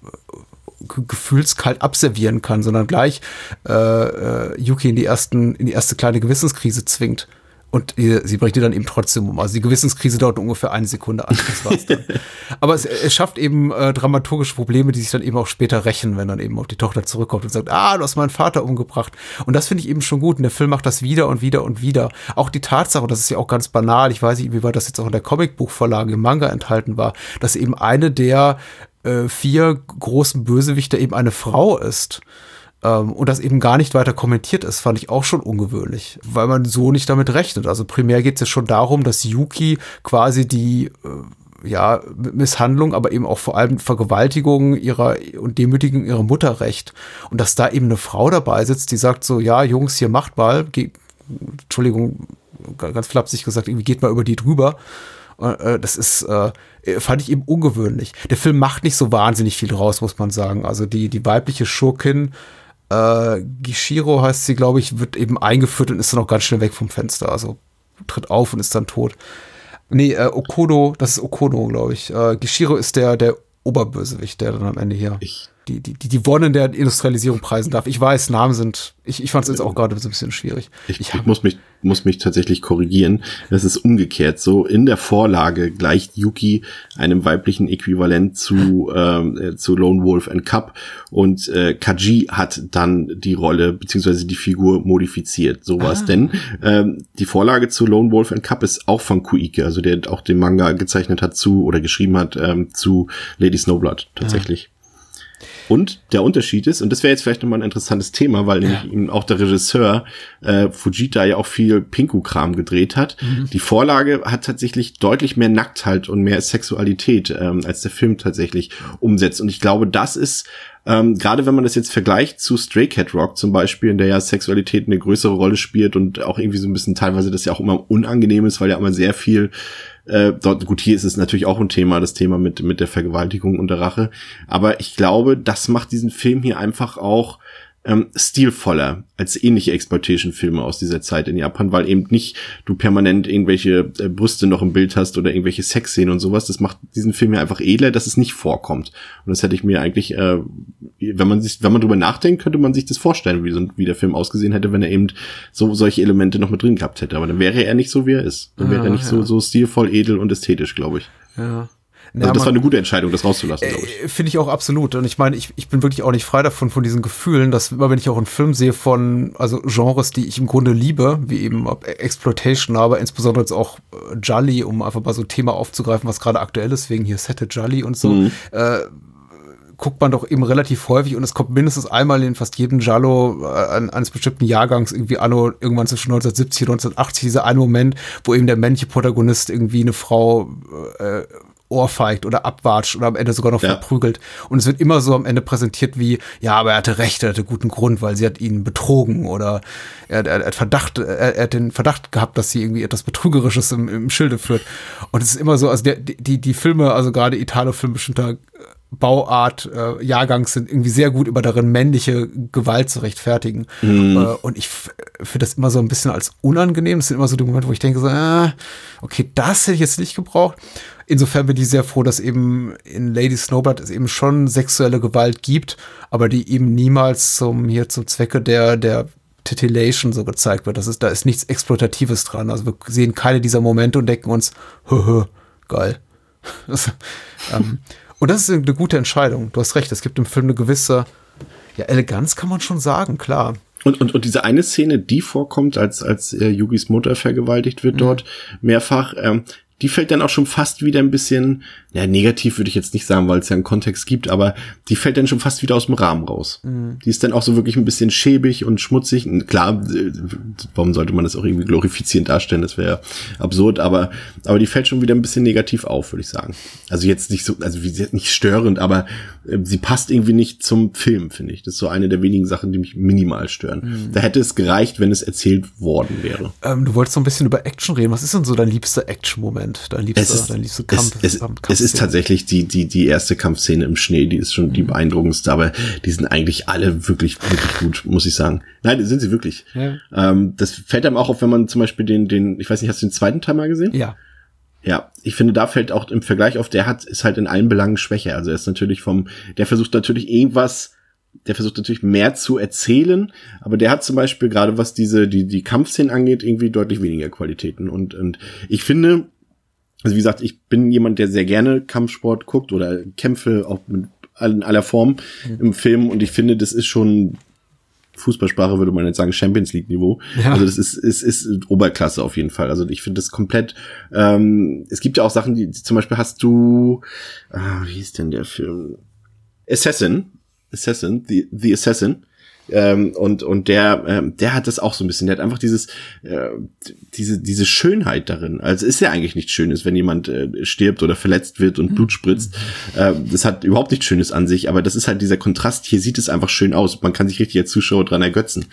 gefühlskalt abservieren kann, sondern gleich äh, äh, Yuki in die ersten, in die erste kleine Gewissenskrise zwingt. Und die, sie bringt die dann eben trotzdem um. Also die Gewissenskrise dauert ungefähr eine Sekunde an. Das war's dann. Aber es, es schafft eben äh, dramaturgische Probleme, die sich dann eben auch später rächen, wenn dann eben auch die Tochter zurückkommt und sagt, ah, du hast meinen Vater umgebracht. Und das finde ich eben schon gut. Und der Film macht das wieder und wieder und wieder. Auch die Tatsache, das ist ja auch ganz banal, ich weiß nicht, wie weit das jetzt auch in der Comicbuchvorlage im Manga enthalten war, dass eben eine der äh, vier großen Bösewichter eben eine Frau ist. Und das eben gar nicht weiter kommentiert ist, fand ich auch schon ungewöhnlich, weil man so nicht damit rechnet. Also primär geht es ja schon darum, dass Yuki quasi die äh, ja, Misshandlung, aber eben auch vor allem Vergewaltigung ihrer und Demütigung ihrer Mutter rächt. Und dass da eben eine Frau dabei sitzt, die sagt so, ja, Jungs, hier macht mal, Ge- Entschuldigung, ganz flapsig gesagt, irgendwie geht mal über die drüber. Äh, das ist, äh, fand ich eben ungewöhnlich. Der Film macht nicht so wahnsinnig viel draus, muss man sagen. Also die, die weibliche Schurkin, Äh, Gishiro heißt sie, glaube ich, wird eben eingeführt und ist dann auch ganz schnell weg vom Fenster. Also tritt auf und ist dann tot. Nee, äh, Okono, das ist Okono, glaube ich. Äh, Gishiro ist der, der Oberbösewicht, der dann am Ende hier. Ich die, die, die, die Wonnen der Industrialisierung preisen darf. Ich weiß, Namen sind, ich, ich fand es jetzt auch gerade so ein bisschen schwierig. Ich, ich, ich muss mich, muss mich tatsächlich korrigieren. Das ist umgekehrt so. In der Vorlage gleicht Yuki einem weiblichen Äquivalent zu, ähm, zu Lone Wolf and Cub und äh, Kaji hat dann die Rolle beziehungsweise die Figur modifiziert. So war es, ah. denn ähm, die Vorlage zu Lone Wolf and Cub ist auch von Koike, also der auch den Manga gezeichnet hat zu oder geschrieben hat ähm, zu Lady Snowblood tatsächlich. Ja. Und der Unterschied ist, und das wäre jetzt vielleicht nochmal ein interessantes Thema, weil nämlich eben auch der Regisseur äh, Fujita ja auch viel Pinku-Kram gedreht hat. Mhm. Die Vorlage hat tatsächlich deutlich mehr Nacktheit und mehr Sexualität, ähm, als der Film tatsächlich umsetzt. Und ich glaube, das ist, ähm, gerade wenn man das jetzt vergleicht zu Stray Cat Rock zum Beispiel, in der ja Sexualität eine größere Rolle spielt und auch irgendwie so ein bisschen teilweise das ja auch immer unangenehm ist, weil ja immer sehr viel Äh, dort, gut, hier ist es natürlich auch ein Thema, das Thema mit mit der Vergewaltigung und der Rache. Aber ich glaube, das macht diesen Film hier einfach auch ähm, stilvoller als ähnliche Exploitation-Filme aus dieser Zeit in Japan, weil eben nicht du permanent irgendwelche äh, Brüste noch im Bild hast oder irgendwelche Sexszenen und sowas. Das macht diesen Film hier einfach edler, dass es nicht vorkommt. Und das hätte ich mir eigentlich, äh, wenn man sich, wenn man drüber nachdenkt, könnte man sich das vorstellen, wie, so, wie der Film ausgesehen hätte, wenn er eben so solche Elemente noch mit drin gehabt hätte. Aber dann wäre er nicht so, wie er ist. Dann wäre ja, er nicht ja. so so stilvoll, edel und ästhetisch, glaube ich. Ja. Also das war eine gute Entscheidung, das rauszulassen, glaube ich. Äh, Finde ich auch absolut. Und ich meine, ich, ich bin wirklich auch nicht frei davon, von diesen Gefühlen, dass immer, wenn ich auch einen Film sehe von, also Genres, die ich im Grunde liebe, wie eben Exploitation, aber insbesondere jetzt auch äh, Jolly, um einfach mal so ein Thema aufzugreifen, was gerade aktuell ist, wegen hier Sette Jolly und so, mhm. äh, guckt man doch eben relativ häufig und es kommt mindestens einmal in fast jedem Giallo äh, eines bestimmten Jahrgangs irgendwie anno irgendwann zwischen neunzehnhundertsiebzig und neunzehnhundertachtzig dieser eine Moment, wo eben der männliche Protagonist irgendwie eine Frau äh, ohrfeigt oder abwatscht oder am Ende sogar noch ja. verprügelt. Und es wird immer so am Ende präsentiert wie, ja, aber er hatte recht, er hatte guten Grund, weil sie hat ihn betrogen oder er, er, er hat Verdacht, er, er hat den Verdacht gehabt, dass sie irgendwie etwas Betrügerisches im, im Schilde führt. Und es ist immer so, also der, die, die Filme, also gerade Italo-Film bestimmter Bauart, äh, Jahrgangs sind irgendwie sehr gut über darin, männliche Gewalt zu rechtfertigen. Mhm. Äh, und ich f- finde das immer so ein bisschen als unangenehm. Das sind immer so die Momente, wo ich denke so, äh, okay, das hätte ich jetzt nicht gebraucht. Insofern bin ich sehr froh, dass eben in Lady Snowblood es eben schon sexuelle Gewalt gibt, aber die eben niemals zum, hier zum Zwecke der, der Titillation so gezeigt wird. Das ist, da ist nichts Exploitatives dran. Also wir sehen keine dieser Momente und denken uns, höhö, geil. Das, ähm, Und das ist eine gute Entscheidung. Du hast recht, es gibt im Film eine gewisse, ja, Eleganz kann man schon sagen, klar. Und, und, und diese eine Szene, die vorkommt, als, als äh, Yugis Mutter vergewaltigt wird mhm. dort mehrfach, ähm, die fällt dann auch schon fast wieder ein bisschen, ja, negativ würde ich jetzt nicht sagen, weil es ja einen Kontext gibt, aber die fällt dann schon fast wieder aus dem Rahmen raus. Mhm. Die ist dann auch so wirklich ein bisschen schäbig und schmutzig. Und klar, warum sollte man das auch irgendwie glorifizierend darstellen? Das wäre absurd, aber, aber die fällt schon wieder ein bisschen negativ auf, würde ich sagen. Also jetzt nicht so, also wie nicht störend, aber äh, sie passt irgendwie nicht zum Film, finde ich. Das ist so eine der wenigen Sachen, die mich minimal stören. Mhm. Da hätte es gereicht, wenn es erzählt worden wäre. Ähm, du wolltest so ein bisschen über Action reden. Was ist denn so dein liebster Action-Moment? Dein liebster, es ist, dein liebster Kampf? Es, es, es ist tatsächlich die, die, die erste Kampfszene im Schnee, die ist schon die beeindruckendste, aber die sind eigentlich alle wirklich, wirklich gut, muss ich sagen. Nein, sind sie wirklich. Ja. Ähm, das fällt einem auch auf, wenn man zum Beispiel den, den, ich weiß nicht, hast du den zweiten Teil mal gesehen? Ja. Ja, ich finde, da fällt auch im Vergleich auf, der hat, ist halt in allen Belangen schwächer. Also er ist natürlich vom, der versucht natürlich irgendwas, der versucht natürlich mehr zu erzählen, aber der hat zum Beispiel gerade, was diese, die, die Kampfszenen angeht, irgendwie deutlich weniger Qualitäten. Und, und ich finde, also wie gesagt, ich bin jemand, der sehr gerne Kampfsport guckt oder Kämpfe auch mit in aller Form mhm. im Film und ich finde, das ist schon Fußballsprache würde man jetzt sagen Champions League Niveau. Ja. Also das ist, ist ist Oberklasse auf jeden Fall. Also ich finde das komplett. Ähm, es gibt ja auch Sachen, die zum Beispiel hast du, ah, wie hieß denn der Film? Assassin, Assassin, the the Assassin. Ähm, und und der ähm, der hat das auch so ein bisschen, der hat einfach dieses äh, diese diese Schönheit darin. Also ist ja eigentlich nichts Schönes, wenn jemand äh, stirbt oder verletzt wird und Blut spritzt. Äh, das hat überhaupt nichts Schönes an sich, aber das ist halt dieser Kontrast. Hier sieht es einfach schön aus. Man kann sich richtig als Zuschauer dran ergötzen.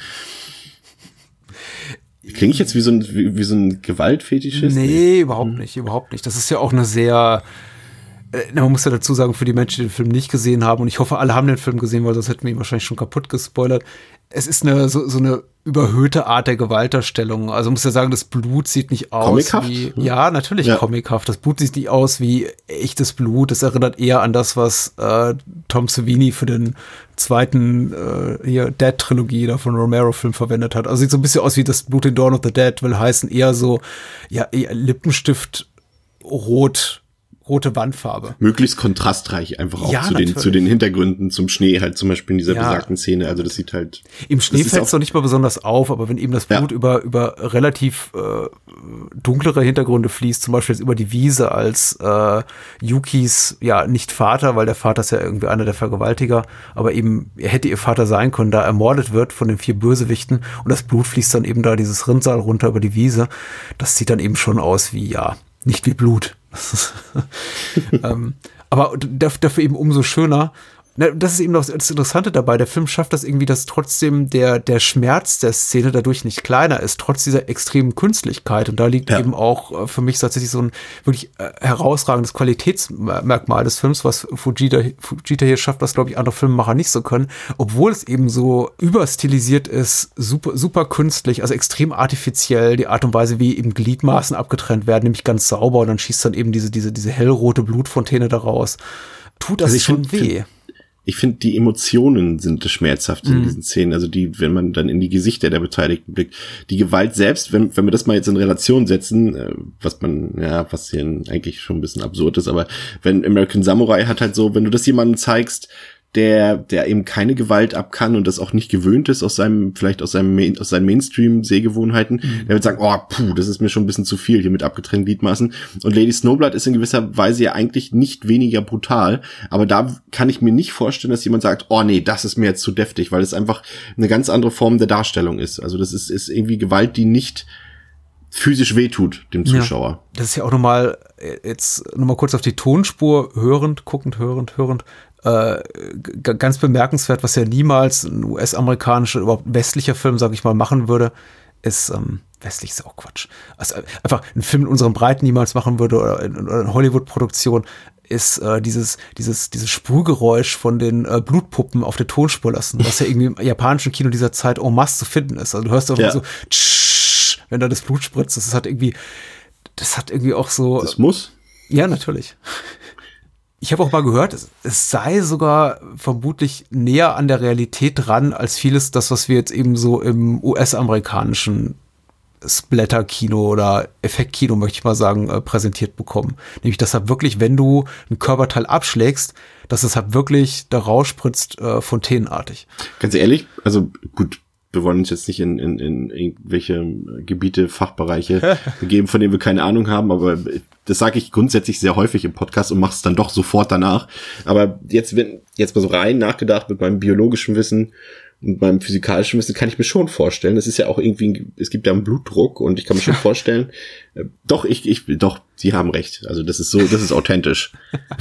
Klinge ich jetzt wie so ein wie, wie so ein Gewaltfetischist? Nee, überhaupt nicht, überhaupt nicht. Das ist ja auch eine sehr äh, man muss ja dazu sagen, für die Menschen, die den Film nicht gesehen haben, und ich hoffe, alle haben den Film gesehen, weil sonst hätten wir ihn wahrscheinlich schon kaputt gespoilert. Es ist eine so, so eine überhöhte Art der Gewaltdarstellung. Also muss ja sagen, das Blut sieht nicht aus comichaft? wie, ja, natürlich ja. comichaft. Das Blut sieht nicht aus wie echtes Blut. Das erinnert eher an das, was äh, Tom Savini für den zweiten äh, hier Dead-Trilogie da von Romero-Film verwendet hat. Also sieht so ein bisschen aus wie das Blut in Dawn of the Dead, will heißen eher so, ja, eher Lippenstift rot, rote Wandfarbe. Möglichst kontrastreich einfach auch ja, zu den, zu den Hintergründen, zum Schnee halt zum Beispiel in dieser ja. besagten Szene. Also das sieht halt... Im Schnee fällt es noch nicht mal besonders auf, aber wenn eben das Blut ja. über, über relativ äh, dunklere Hintergründe fließt, zum Beispiel jetzt über die Wiese als äh, Yukis, ja, nicht Vater, weil der Vater ist ja irgendwie einer der Vergewaltiger, aber eben, er hätte ihr Vater sein können, da ermordet wird von den vier Bösewichten und das Blut fließt dann eben da dieses Rinnsal runter über die Wiese. Das sieht dann eben schon aus wie, ja, nicht wie Blut. ähm, aber dafür eben umso schöner. Das ist eben noch das Interessante dabei. Der Film schafft das irgendwie, dass trotzdem der, der Schmerz der Szene dadurch nicht kleiner ist, trotz dieser extremen Künstlichkeit. Und da liegt ja. eben auch für mich tatsächlich so ein wirklich herausragendes Qualitätsmerkmal des Films, was Fujita, Fujita hier schafft, was, glaube ich, andere Filmemacher nicht so können. Obwohl es eben so überstilisiert ist, super, super künstlich, also extrem artifiziell, die Art und Weise, wie eben Gliedmaßen abgetrennt werden, nämlich ganz sauber. Und dann schießt dann eben diese, diese, diese hellrote Blutfontäne daraus. Tut das also schon find, weh. Ich finde, die Emotionen sind das Schmerzhafte mhm. in diesen Szenen. Also die, wenn man dann in die Gesichter der Beteiligten blickt. Die Gewalt selbst, wenn, wenn wir das mal jetzt in Relation setzen, was man, ja, was hier eigentlich schon ein bisschen absurd ist, aber wenn American Samurai hat halt so, wenn du das jemandem zeigst, der, der eben keine Gewalt ab kann und das auch nicht gewöhnt ist aus seinem, vielleicht aus seinem, aus seinen Mainstream-Sehgewohnheiten, mhm. der wird sagen, oh, puh, das ist mir schon ein bisschen zu viel hier mit abgetrennten Gliedmaßen. Und Lady Snowblood ist in gewisser Weise ja eigentlich nicht weniger brutal, aber da kann ich mir nicht vorstellen, dass jemand sagt, oh nee, das ist mir jetzt zu deftig, weil es einfach eine ganz andere Form der Darstellung ist. Also das ist, ist irgendwie Gewalt, die nicht physisch wehtut dem Zuschauer. Ja, das ist ja auch nochmal, jetzt nochmal kurz auf die Tonspur, hörend, guckend, hörend, hörend, Äh, g- ganz bemerkenswert, was ja niemals ein U S-amerikanischer, überhaupt westlicher Film, sag ich mal, machen würde, ist, ähm, westlich ist auch Quatsch, also einfach ein Film in unseren Breiten niemals machen würde oder in, oder in Hollywood-Produktion, ist äh, dieses, dieses, dieses Sprühgeräusch von den äh, Blutpuppen auf der Tonspur lassen, was ja irgendwie im japanischen Kino dieser Zeit en masse zu finden ist. Also du hörst einfach ja. so, tsch, wenn da das Blut spritzt, das hat irgendwie, das hat irgendwie auch so. Das muss? Ja, natürlich. Ich habe auch mal gehört, es, es sei sogar vermutlich näher an der Realität dran, als vieles das, was wir jetzt eben so im U S-amerikanischen Splatter-Kino oder Effektkino, möchte ich mal sagen, äh, präsentiert bekommen. Nämlich, dass halt wirklich, wenn du ein Körperteil abschlägst, dass es halt wirklich da rausspritzt, äh, fontänenartig. Ganz ehrlich, also gut, wir wollen uns jetzt nicht in, in, in irgendwelche Gebiete, Fachbereiche begeben, von denen wir keine Ahnung haben, aber das sage ich grundsätzlich sehr häufig im Podcast und mache es dann doch sofort danach. Aber jetzt, wenn jetzt mal so rein nachgedacht mit meinem biologischen Wissen und meinem physikalischen Wissen, kann ich mir schon vorstellen, das ist ja auch irgendwie, es gibt ja einen Blutdruck und ich kann mir schon vorstellen, äh, doch, ich, ich, doch, Sie haben recht. Also das ist so, das ist authentisch.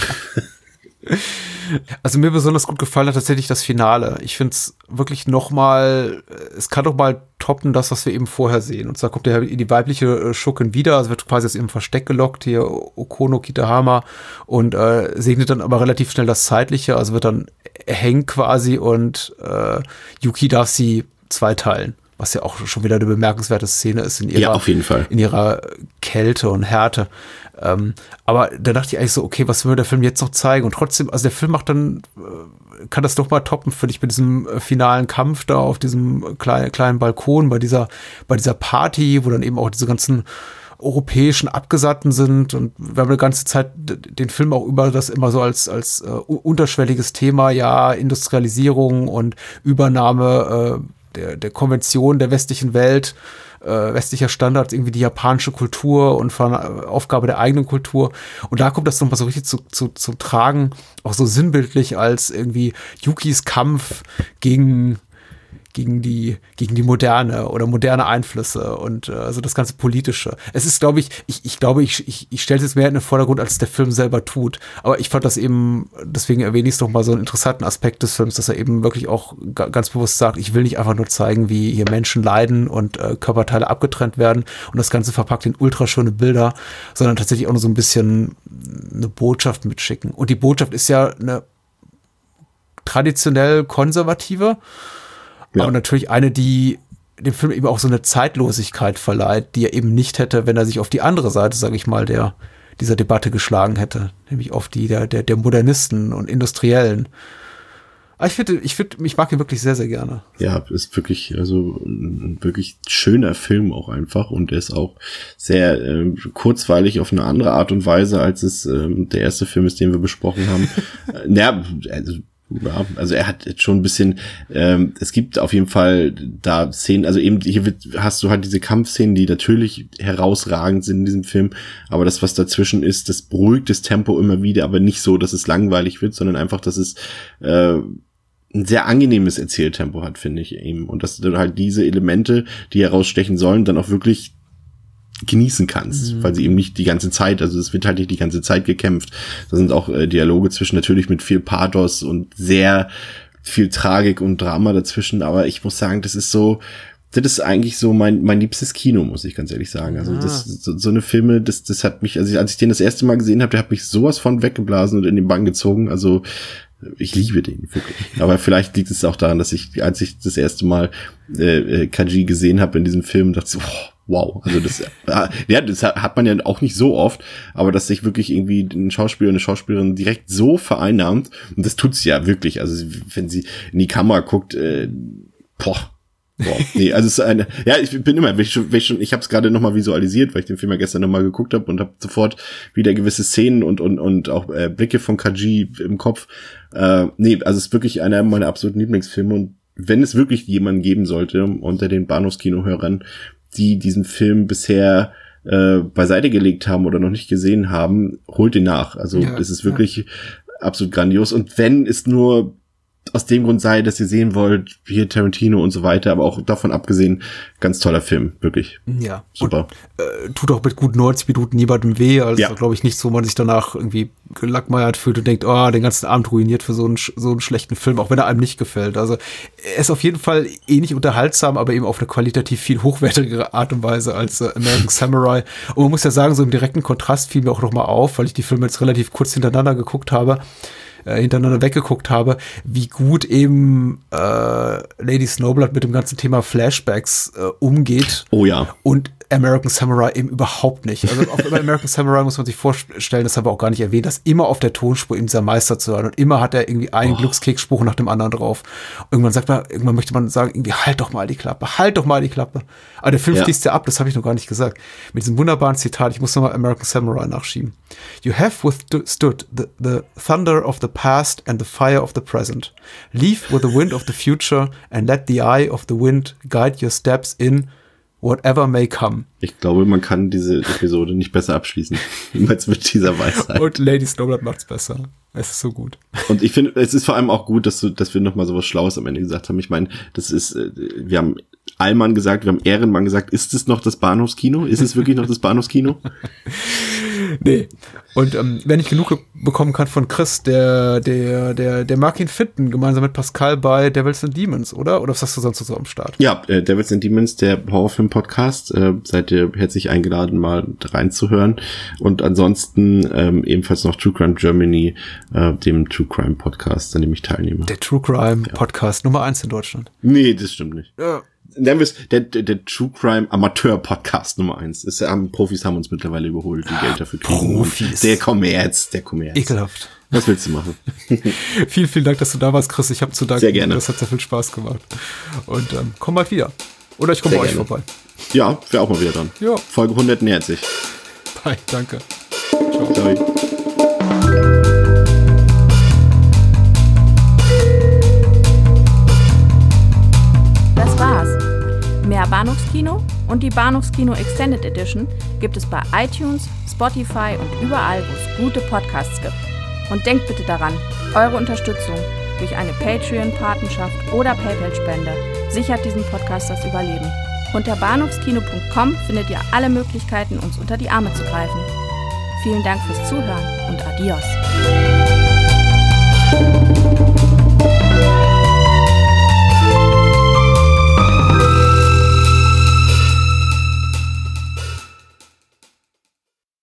Also mir besonders gut gefallen hat tatsächlich das Finale. Ich finde es wirklich noch mal, es kann doch mal toppen, das, was wir eben vorher sehen. Und zwar kommt ja die weibliche Schurkin wieder, also wird quasi aus ihrem Versteck gelockt, hier Okono Kitahama, und äh, segnet dann aber relativ schnell das Zeitliche, also wird dann hängen quasi und äh, Yuki darf sie zweiteilen. Was ja auch schon wieder eine bemerkenswerte Szene ist in ihrer, ja, auf jeden Fall. in ihrer Kälte und Härte. Ähm, aber da dachte ich eigentlich so, okay, was will der Film jetzt noch zeigen? Und trotzdem, also der Film macht dann, äh, kann das doch mal toppen, finde ich, mit diesem äh, finalen Kampf da auf diesem kleinen, kleinen Balkon, bei dieser, bei dieser Party, wo dann eben auch diese ganzen europäischen Abgesandten sind, und wir haben eine ganze Zeit den Film auch über das immer so als als äh, unterschwelliges Thema, ja, Industrialisierung und Übernahme äh, der der Konvention der westlichen Welt, äh, westlicher Standards, irgendwie die japanische Kultur und von, äh, Aufgabe der eigenen Kultur. Und da kommt das nochmal so richtig zu, zu, zum Tragen, auch so sinnbildlich als irgendwie Yukis Kampf gegen gegen die, gegen die Moderne oder moderne Einflüsse und äh, also das ganze Politische. Es ist, glaube ich, ich, ich glaube, ich, ich, ich stelle es jetzt mehr in den Vordergrund, als der Film selber tut. Aber ich fand das eben, deswegen erwähne ich es nochmal, so einen interessanten Aspekt des Films, dass er eben wirklich auch g- ganz bewusst sagt, ich will nicht einfach nur zeigen, wie hier Menschen leiden und äh, Körperteile abgetrennt werden und das Ganze verpackt in ultraschöne Bilder, sondern tatsächlich auch nur so ein bisschen eine Botschaft mitschicken. Und die Botschaft ist ja eine traditionell konservative, ja. aber natürlich eine, die dem Film eben auch so eine Zeitlosigkeit verleiht, die er eben nicht hätte, wenn er sich auf die andere Seite, sage ich mal, der dieser Debatte geschlagen hätte, nämlich auf die der der, der Modernisten und Industriellen. Aber ich finde, ich finde, ich mag ihn wirklich sehr, sehr gerne. Ja, ist wirklich, also ein wirklich schöner Film auch einfach und der ist auch sehr äh, kurzweilig auf eine andere Art und Weise, als es ähm, der erste Film ist, den wir besprochen haben. äh, ja, also Ja, also er hat jetzt schon ein bisschen, ähm, es gibt auf jeden Fall da Szenen, also eben hier wird, hast du halt diese Kampfszenen, die natürlich herausragend sind in diesem Film, aber das, was dazwischen ist, das beruhigt das Tempo immer wieder, aber nicht so, dass es langweilig wird, sondern einfach, dass es äh, ein sehr angenehmes Erzähltempo hat, finde ich eben. Und dass du halt diese Elemente, die herausstechen sollen, dann auch wirklich genießen kannst, mhm. weil sie eben nicht die ganze Zeit, also es wird halt nicht die ganze Zeit gekämpft. Da sind auch äh, Dialoge zwischen, natürlich mit viel Pathos und sehr viel Tragik und Drama dazwischen, aber ich muss sagen, das ist so, das ist eigentlich so mein mein liebstes Kino, muss ich ganz ehrlich sagen. Also das so, so eine Filme, das das hat mich, also als ich den das erste Mal gesehen habe, der hat mich sowas von weggeblasen und in den Bann gezogen. Also ich liebe den wirklich. Aber vielleicht liegt es auch daran, dass ich, als ich das erste Mal äh, Kaji gesehen habe in diesem Film, dachte ich, oh, wow. Also das, ja, das hat man ja auch nicht so oft, aber dass sich wirklich irgendwie ein Schauspieler und eine Schauspielerin direkt so vereinnahmt, und das tut's ja wirklich. Also wenn sie in die Kamera guckt, äh, boah. Wow. Nee, also es ist eine, ja, ich bin immer, wenn ich schon, wenn ich, schon, ich habe es gerade nochmal visualisiert, weil ich den Film ja gestern nochmal geguckt habe und habe sofort wieder gewisse Szenen und und und auch äh, Blicke von Kaji im Kopf. Äh, nee, also es ist wirklich einer meiner absoluten Lieblingsfilme und wenn es wirklich jemanden geben sollte unter den Bahnhofskinohörern, die diesen Film bisher äh, beiseite gelegt haben oder noch nicht gesehen haben, holt ihn nach. Also ja, es ist wirklich ja. absolut grandios und wenn es nur aus dem Grund sei, dass ihr sehen wollt, hier Tarantino und so weiter, aber auch davon abgesehen, ganz toller Film, wirklich. Ja. Super. Und, äh, tut auch mit guten neunzig Minuten niemandem weh, also ja. glaube ich nichts, wo man sich danach irgendwie gelackmeiert fühlt und denkt, oh, den ganzen Abend ruiniert für so einen, so einen schlechten Film, auch wenn er einem nicht gefällt. Also er ist auf jeden Fall ähnlich unterhaltsam, aber eben auf eine qualitativ viel hochwertigere Art und Weise als äh, American Samurai. Und man muss ja sagen, so im direkten Kontrast fiel mir auch noch mal auf, weil ich die Filme jetzt relativ kurz hintereinander geguckt habe, hintereinander weggeguckt habe, wie gut eben äh, Lady Snowblood mit dem ganzen Thema Flashbacks äh, umgeht. Oh ja. Und American Samurai eben überhaupt nicht. Also auch bei American Samurai muss man sich vorstellen, das haben wir auch gar nicht erwähnt, dass immer auf der Tonspur eben dieser Meister zu hören und immer hat er irgendwie einen oh. Glückskeksspruch nach dem anderen drauf. Irgendwann sagt man, irgendwann möchte man sagen, irgendwie halt doch mal die Klappe, halt doch mal die Klappe. Aber der Film ja. schließt ja ab, das habe ich noch gar nicht gesagt. Mit diesem wunderbaren Zitat, ich muss nochmal American Samurai nachschieben. You have withstood the, the thunder of the past and the fire of the present. Leave with the wind of the future and let the eye of the wind guide your steps in whatever may come. Ich glaube, man kann diese Episode nicht besser abschließen als mit dieser Weisheit. Und Lady Snowblood macht's besser. Es ist so gut. Und ich finde, es ist vor allem auch gut, dass du, dass wir nochmal sowas Schlaues am Ende gesagt haben. Ich meine, das ist, wir haben Allmann gesagt, wir haben Ehrenmann gesagt, ist es noch das Bahnhofskino? Ist es wirklich noch das Bahnhofskino? Nee. Und ähm, wenn ich genug bekommen kann von Chris, der, der, der, der mag ihn finden, gemeinsam mit Pascal bei Devils and Demons, oder? Oder was hast du sonst so am Start? Ja, äh, Devils and Demons, der Horrorfilm-Podcast. Äh, seid ihr herzlich eingeladen, mal reinzuhören. Und ansonsten ähm, ebenfalls noch True Crime Germany, äh, dem True Crime Podcast, an dem ich teilnehme. Der True Crime ja. Podcast Nummer eins in Deutschland. Nee, das stimmt nicht. Ja. Nennen wir es der, der, der True Crime Amateur Podcast Nummer eins. Ist, ähm, Profis haben uns mittlerweile überholt, die Geld dafür kriegen. Profis. Der Kommerz, der Kommerz. Ekelhaft. Was willst du machen? vielen, vielen Dank, dass du da warst, Chris. Ich habe zu danken. Sehr gerne. Das hat sehr viel Spaß gemacht. Und ähm, komm mal wieder. Oder ich komme bei euch gerne. vorbei. Ja, wäre auch mal wieder dran. Ja. Folge hundert nähert sich. Bye, danke. Ciao. Ciao. Mehr Bahnhofskino und die Bahnhofskino Extended Edition gibt es bei iTunes, Spotify und überall, wo es gute Podcasts gibt. Und denkt bitte daran, eure Unterstützung durch eine Patreon-Patenschaft oder PayPal-Spende sichert diesem Podcast das Überleben. Unter bahnhofskino punkt com findet ihr alle Möglichkeiten, uns unter die Arme zu greifen. Vielen Dank fürs Zuhören und adios.